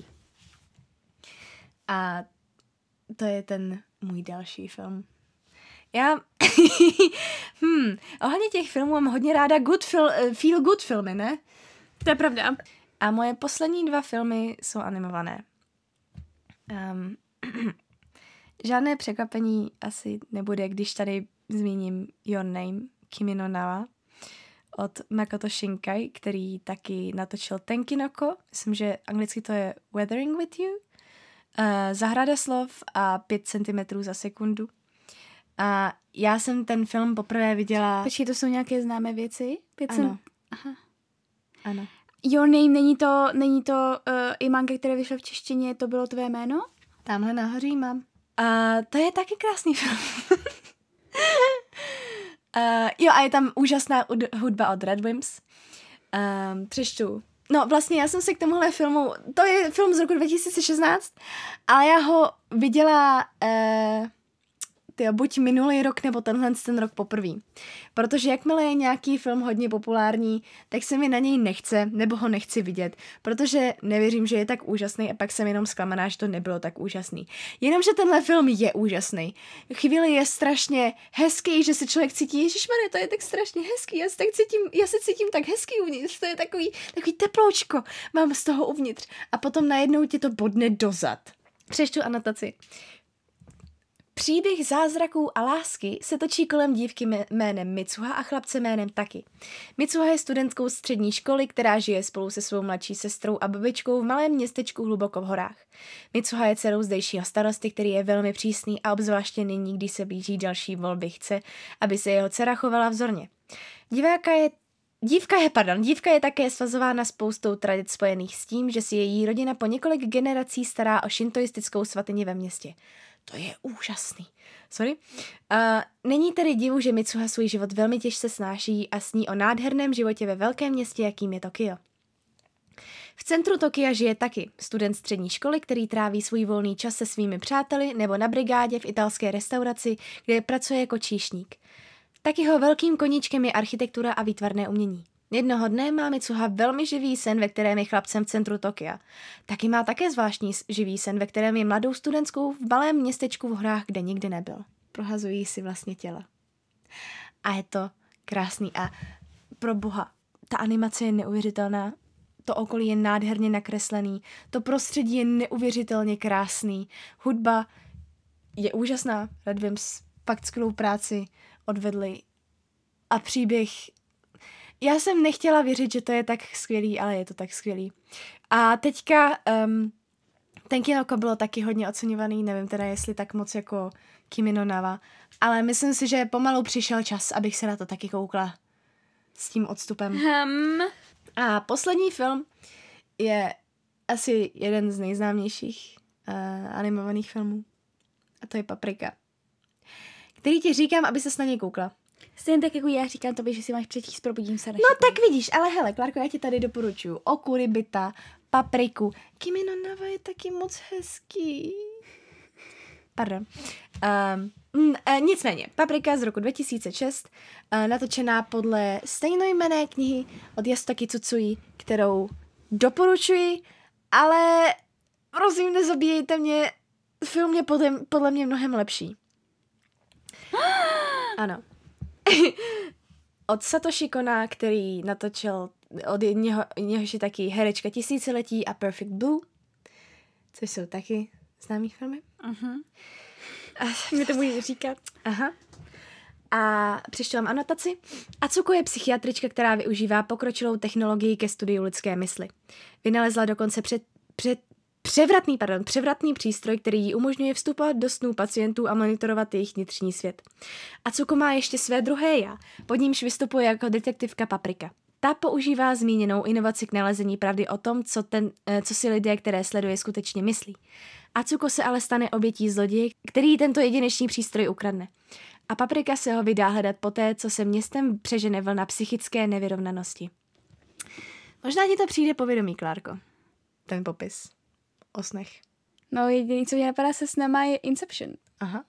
A to je ten můj další film. Já hmm, ohledně těch filmů mám hodně ráda good fil- feel good filmy, ne? To je pravda. A moje poslední dva filmy jsou animované. Um, žádné překvapení asi nebude, když tady zmíním Your Name, Kimi no Na wa od Makoto Shinkai, který taky natočil Tenkinoko, myslím, že anglicky to je Weathering with You, uh, Zahrada slov a pět centimetrů za sekundu. A já jsem ten film poprvé viděla... Počkej, to jsou nějaké známé věci? Pět Ano. cent... Aha. Ano. Your Name, není to, není to uh, i manga, které vyšlo v češtině, to bylo tvé jméno? Tamhle nahoře mám. A to je taky krásný film. Uh, jo, a je tam úžasná ud- hudba od Red Wimps. Um, přečtu. No vlastně já jsem se k tomuhle filmu, to je film z roku dva tisíce šestnáct, ale já ho viděla uh, tyjo, buď minulý rok, nebo tenhle ten rok poprvé. Protože jakmile je nějaký film hodně populární, tak se mi na něj nechce, nebo ho nechci vidět. Protože nevěřím, že je tak úžasný a pak jsem jenom zklamaná, že to nebylo tak úžasný. Jenomže tenhle film je úžasný. Chvíli je strašně hezký, že se člověk cítí, ježišmarja, to je tak strašně hezký, já se, tak cítím, já se cítím tak hezký uvnitř, to je takový, takový teploučko, mám z toho uvnitř. A potom najednou tě to bodne dozad. Přečtu anotaci. Příběh zázraků a lásky se točí kolem dívky jménem Mitsuha a chlapce jménem Taki. Mitsuha je studentkou střední školy, která žije spolu se svou mladší sestrou a babičkou v malém městečku hluboko v horách. Mitsuha je dcerou zdejšího starosty, který je velmi přísný a obzvláště nyní, když se blíží další volby, chce, aby se jeho dcera chovala vzorně. Diváka je Dívka je, pardon, dívka je také svazována spoustou tradic spojených s tím, že si její rodina po několik generací stará o šintoistickou svatyni ve městě. To je úžasný. Sorry. Uh, není tedy divu, že Mitsuha svůj život velmi těžce snáší a sní o nádherném životě ve velkém městě, jakým je Tokio. V centru Tokia žije Taki, student střední školy, který tráví svůj volný čas se svými přáteli nebo na brigádě v italské restauraci, kde pracuje jako číšník. Takiho velkým koníčkem je architektura a výtvarné umění. Jednoho dne má Mitsuha velmi živý sen, ve kterém je chlapcem v centru Tokia. Taky má také zvláštní živý sen, ve kterém je mladou studentskou v malém městečku v horách, kde nikdy nebyl. Prohazují si vlastně těla. A je to krásný a pro boha, ta animace je neuvěřitelná, to okolí je nádherně nakreslený, to prostředí je neuvěřitelně krásný, hudba je úžasná, Red Wimps fakt skvělou práci odvedli a příběh. Já jsem nechtěla věřit, že to je tak skvělý, ale je to tak skvělý. A teďka um, Tenkinoko bylo taky hodně oceňovaný, nevím teda jestli tak moc jako Kimi no Na wa, ale myslím si, že pomalu přišel čas, abych se na to taky koukla s tím odstupem. Hmm. A poslední film je asi jeden z nejznámějších uh, animovaných filmů. A to je Paprika. Který ti říkám, aby ses na něj koukla. Stejně tak jako já říkám tobě, že si máš přečíst Probudím se. No tak vidíš, ale hele, Klárko, já ti tady doporučuju Okuri Bita, Papriku. Kimi no Na wa je taky moc hezký. Pardon. Um, uh, nicméně, Paprika z roku dva tisíce šest, uh, natočená podle stejnojmenné knihy od Yasutaki Tsutsui, kterou doporučuji, ale prosím, nezabíjejte mě, film je podle, podle mě mnohem lepší. Ano. Od Satoshi Kona, který natočil, od něho, něhož je taky Herečka tisíciletí a Perfect Blue, což jsou taky známý filmy. Uh-huh. mi to můžeš říkat. Aha. A přečtu vám anotaci. Atsuko je psychiatrička, která využívá pokročilou technologii ke studiu lidské mysli. Vynalezla dokonce před, před, převratný, pardon, převratný přístroj, který jí umožňuje vstupovat do snů pacientů a monitorovat jejich vnitřní svět. Atsuko má ještě své druhé já, pod nímž vystupuje jako detektivka Paprika. Ta používá zmíněnou inovaci k nalezení pravdy o tom, co, ten, co si lidé, které sleduje, skutečně myslí. Atsuko se ale stane obětí zloděje, který tento jedinečný přístroj ukradne. A Paprika se ho vydá hledat poté, co se městem přežene vlna psychické nevyrovnanosti. Možná ti to přijde povědomí, Klárko. Ten popis o snech. No jediný, co mě napadá se snama, je Inception. Aha.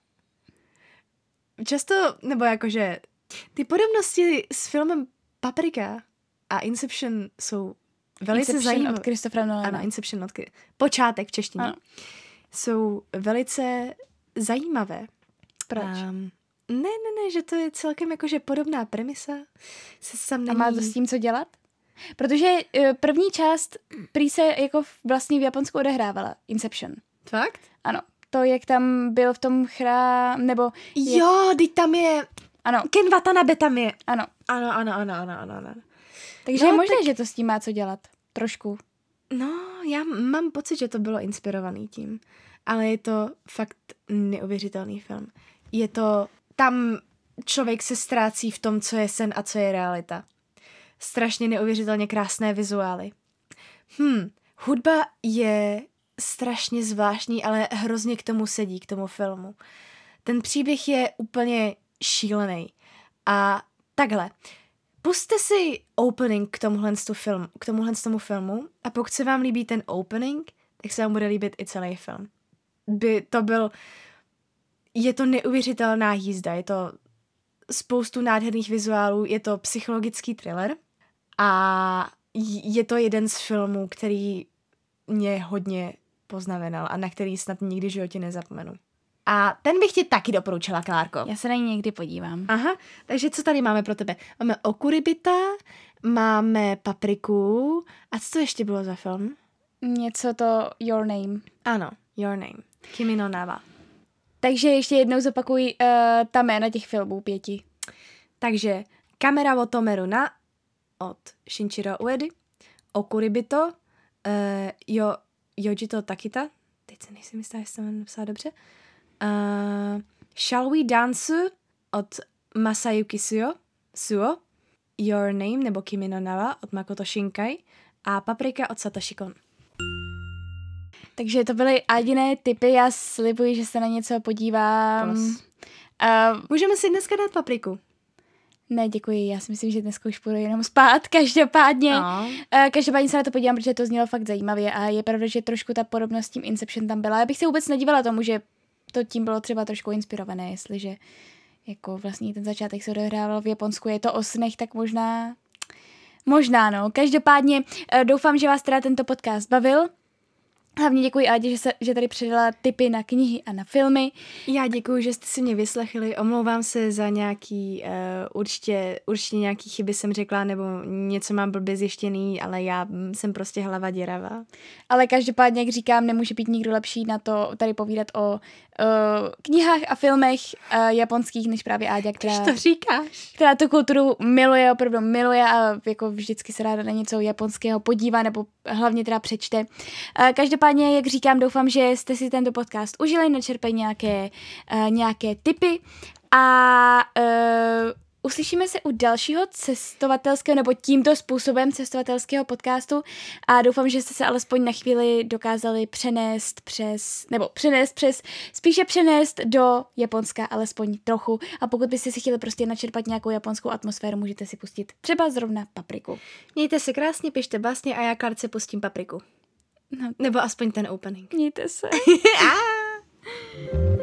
Často, nebo jakože, ty podobnosti s filmem Paprika a Inception jsou velice Inception zajímavé. od Christophera Nolana. Ano, Inception od Počátek v češtině. Ano. Jsou velice zajímavé. Proč? Um, ne, ne, ne, že to je celkem jakože podobná premisa. Se sam není... A má to s tím co dělat? Protože uh, první část prý se jako v- vlastně v Japonsku odehrávala. Inception. Fakt? Ano. To, jak tam byl v tom chrám, nebo... Jak... Jo, teď tam je... Ano, Ken Watanabe tam je. ano. Ano, ano, ano, ano, ano. ano. Takže No, je možné, tak- že to s tím má co dělat. Trošku. No, já mám pocit, že to bylo inspirovaný tím. Ale je to fakt neuvěřitelný film. Je to... Tam člověk se ztrácí v tom, co je sen a co je realita. Strašně neuvěřitelně krásné vizuály. Hm, hudba je strašně zvláštní, ale hrozně k tomu sedí, k tomu filmu. Ten příběh je úplně šílený. A takhle, pusťte si opening k tomuhle, film, k tomuhle tomu filmu a pokud se vám líbí ten opening, tak se vám bude líbit i celý film. By to byl... Je to neuvěřitelná jízda, je to spoustu nádherných vizuálů, je to psychologický thriller a je to jeden z filmů, který mě hodně poznamenal a na který snad nikdy v životě nezapomenu. A ten bych ti taky doporučila, Klárko. Já se na ní někdy podívám. Aha, takže co tady máme pro tebe? Máme Okuribita, máme Papriku a co to ještě bylo za film? Něco to Your Name. Ano, Your Name. Kimi no Nawa. Takže ještě jednou zopakuj uh, ta jména těch filmů pěti. Takže Kamera wo tomeru na od Shinichiro Uedy, Okuribito, uh, jo, Yojito Takita, teď se nejsem jistá, jestli jsem napsala dobře, uh, Shall We Dance od Masayuki Suo, Suo, Your Name nebo Kimi no Nawa od Makoto Shinkai a Paprika od Satoshi Kon. Takže to byly jediné tipy, já slibuji, že se na něco podívám. Plus. Uh, Můžeme si dneska dát Papriku. ne, děkuji, já si myslím, že dneska už půjdu jenom spát, každopádně. No. Uh, každopádně se na to podívám, protože to znělo fakt zajímavě a je pravda, že trošku ta podobnost s tím Inception tam byla. Já bych se vůbec nedívala tomu, že to tím bylo třeba trošku inspirované, jestliže jako vlastně ten začátek se odehrával v Japonsku, je to o snech, tak možná, možná no. Každopádně uh, doufám, že vás teda tento podcast bavil. Hlavně děkuji Ádě, že, se, že tady předala tipy na knihy a na filmy. Já děkuji, že jste si mě vyslechli. Omlouvám se za nějaký, uh, určitě, určitě nějaký chyby jsem řekla, nebo něco mám blbě zjištěný, ale já jsem prostě hlava děravá. Ale každopádně, jak říkám, nemůže být nikdo lepší na to tady povídat o uh, knihách a filmech uh, japonských, než právě Áďa, která, Když to říkáš. která tu kulturu miluje, opravdu miluje a jako vždycky se ráda na něco japonského podívá nebo hlavně teda přečte. Uh, každopádně, jak říkám, doufám, že jste si tento podcast užili, načerpají nějaké, uh, nějaké tipy a uh, uslyšíme se u dalšího cestovatelského nebo tímto způsobem cestovatelského podcastu a doufám, že jste se alespoň na chvíli dokázali přenést přes, nebo přenést přes, spíše přenést do Japonska alespoň trochu a pokud byste si chtěli prostě načerpat nějakou japonskou atmosféru, můžete si pustit třeba zrovna Papriku. Mějte se krásně, pište básně a já Klárce pustím Papriku. No. Nebo aspoň ten opening. Mějte se. Ah!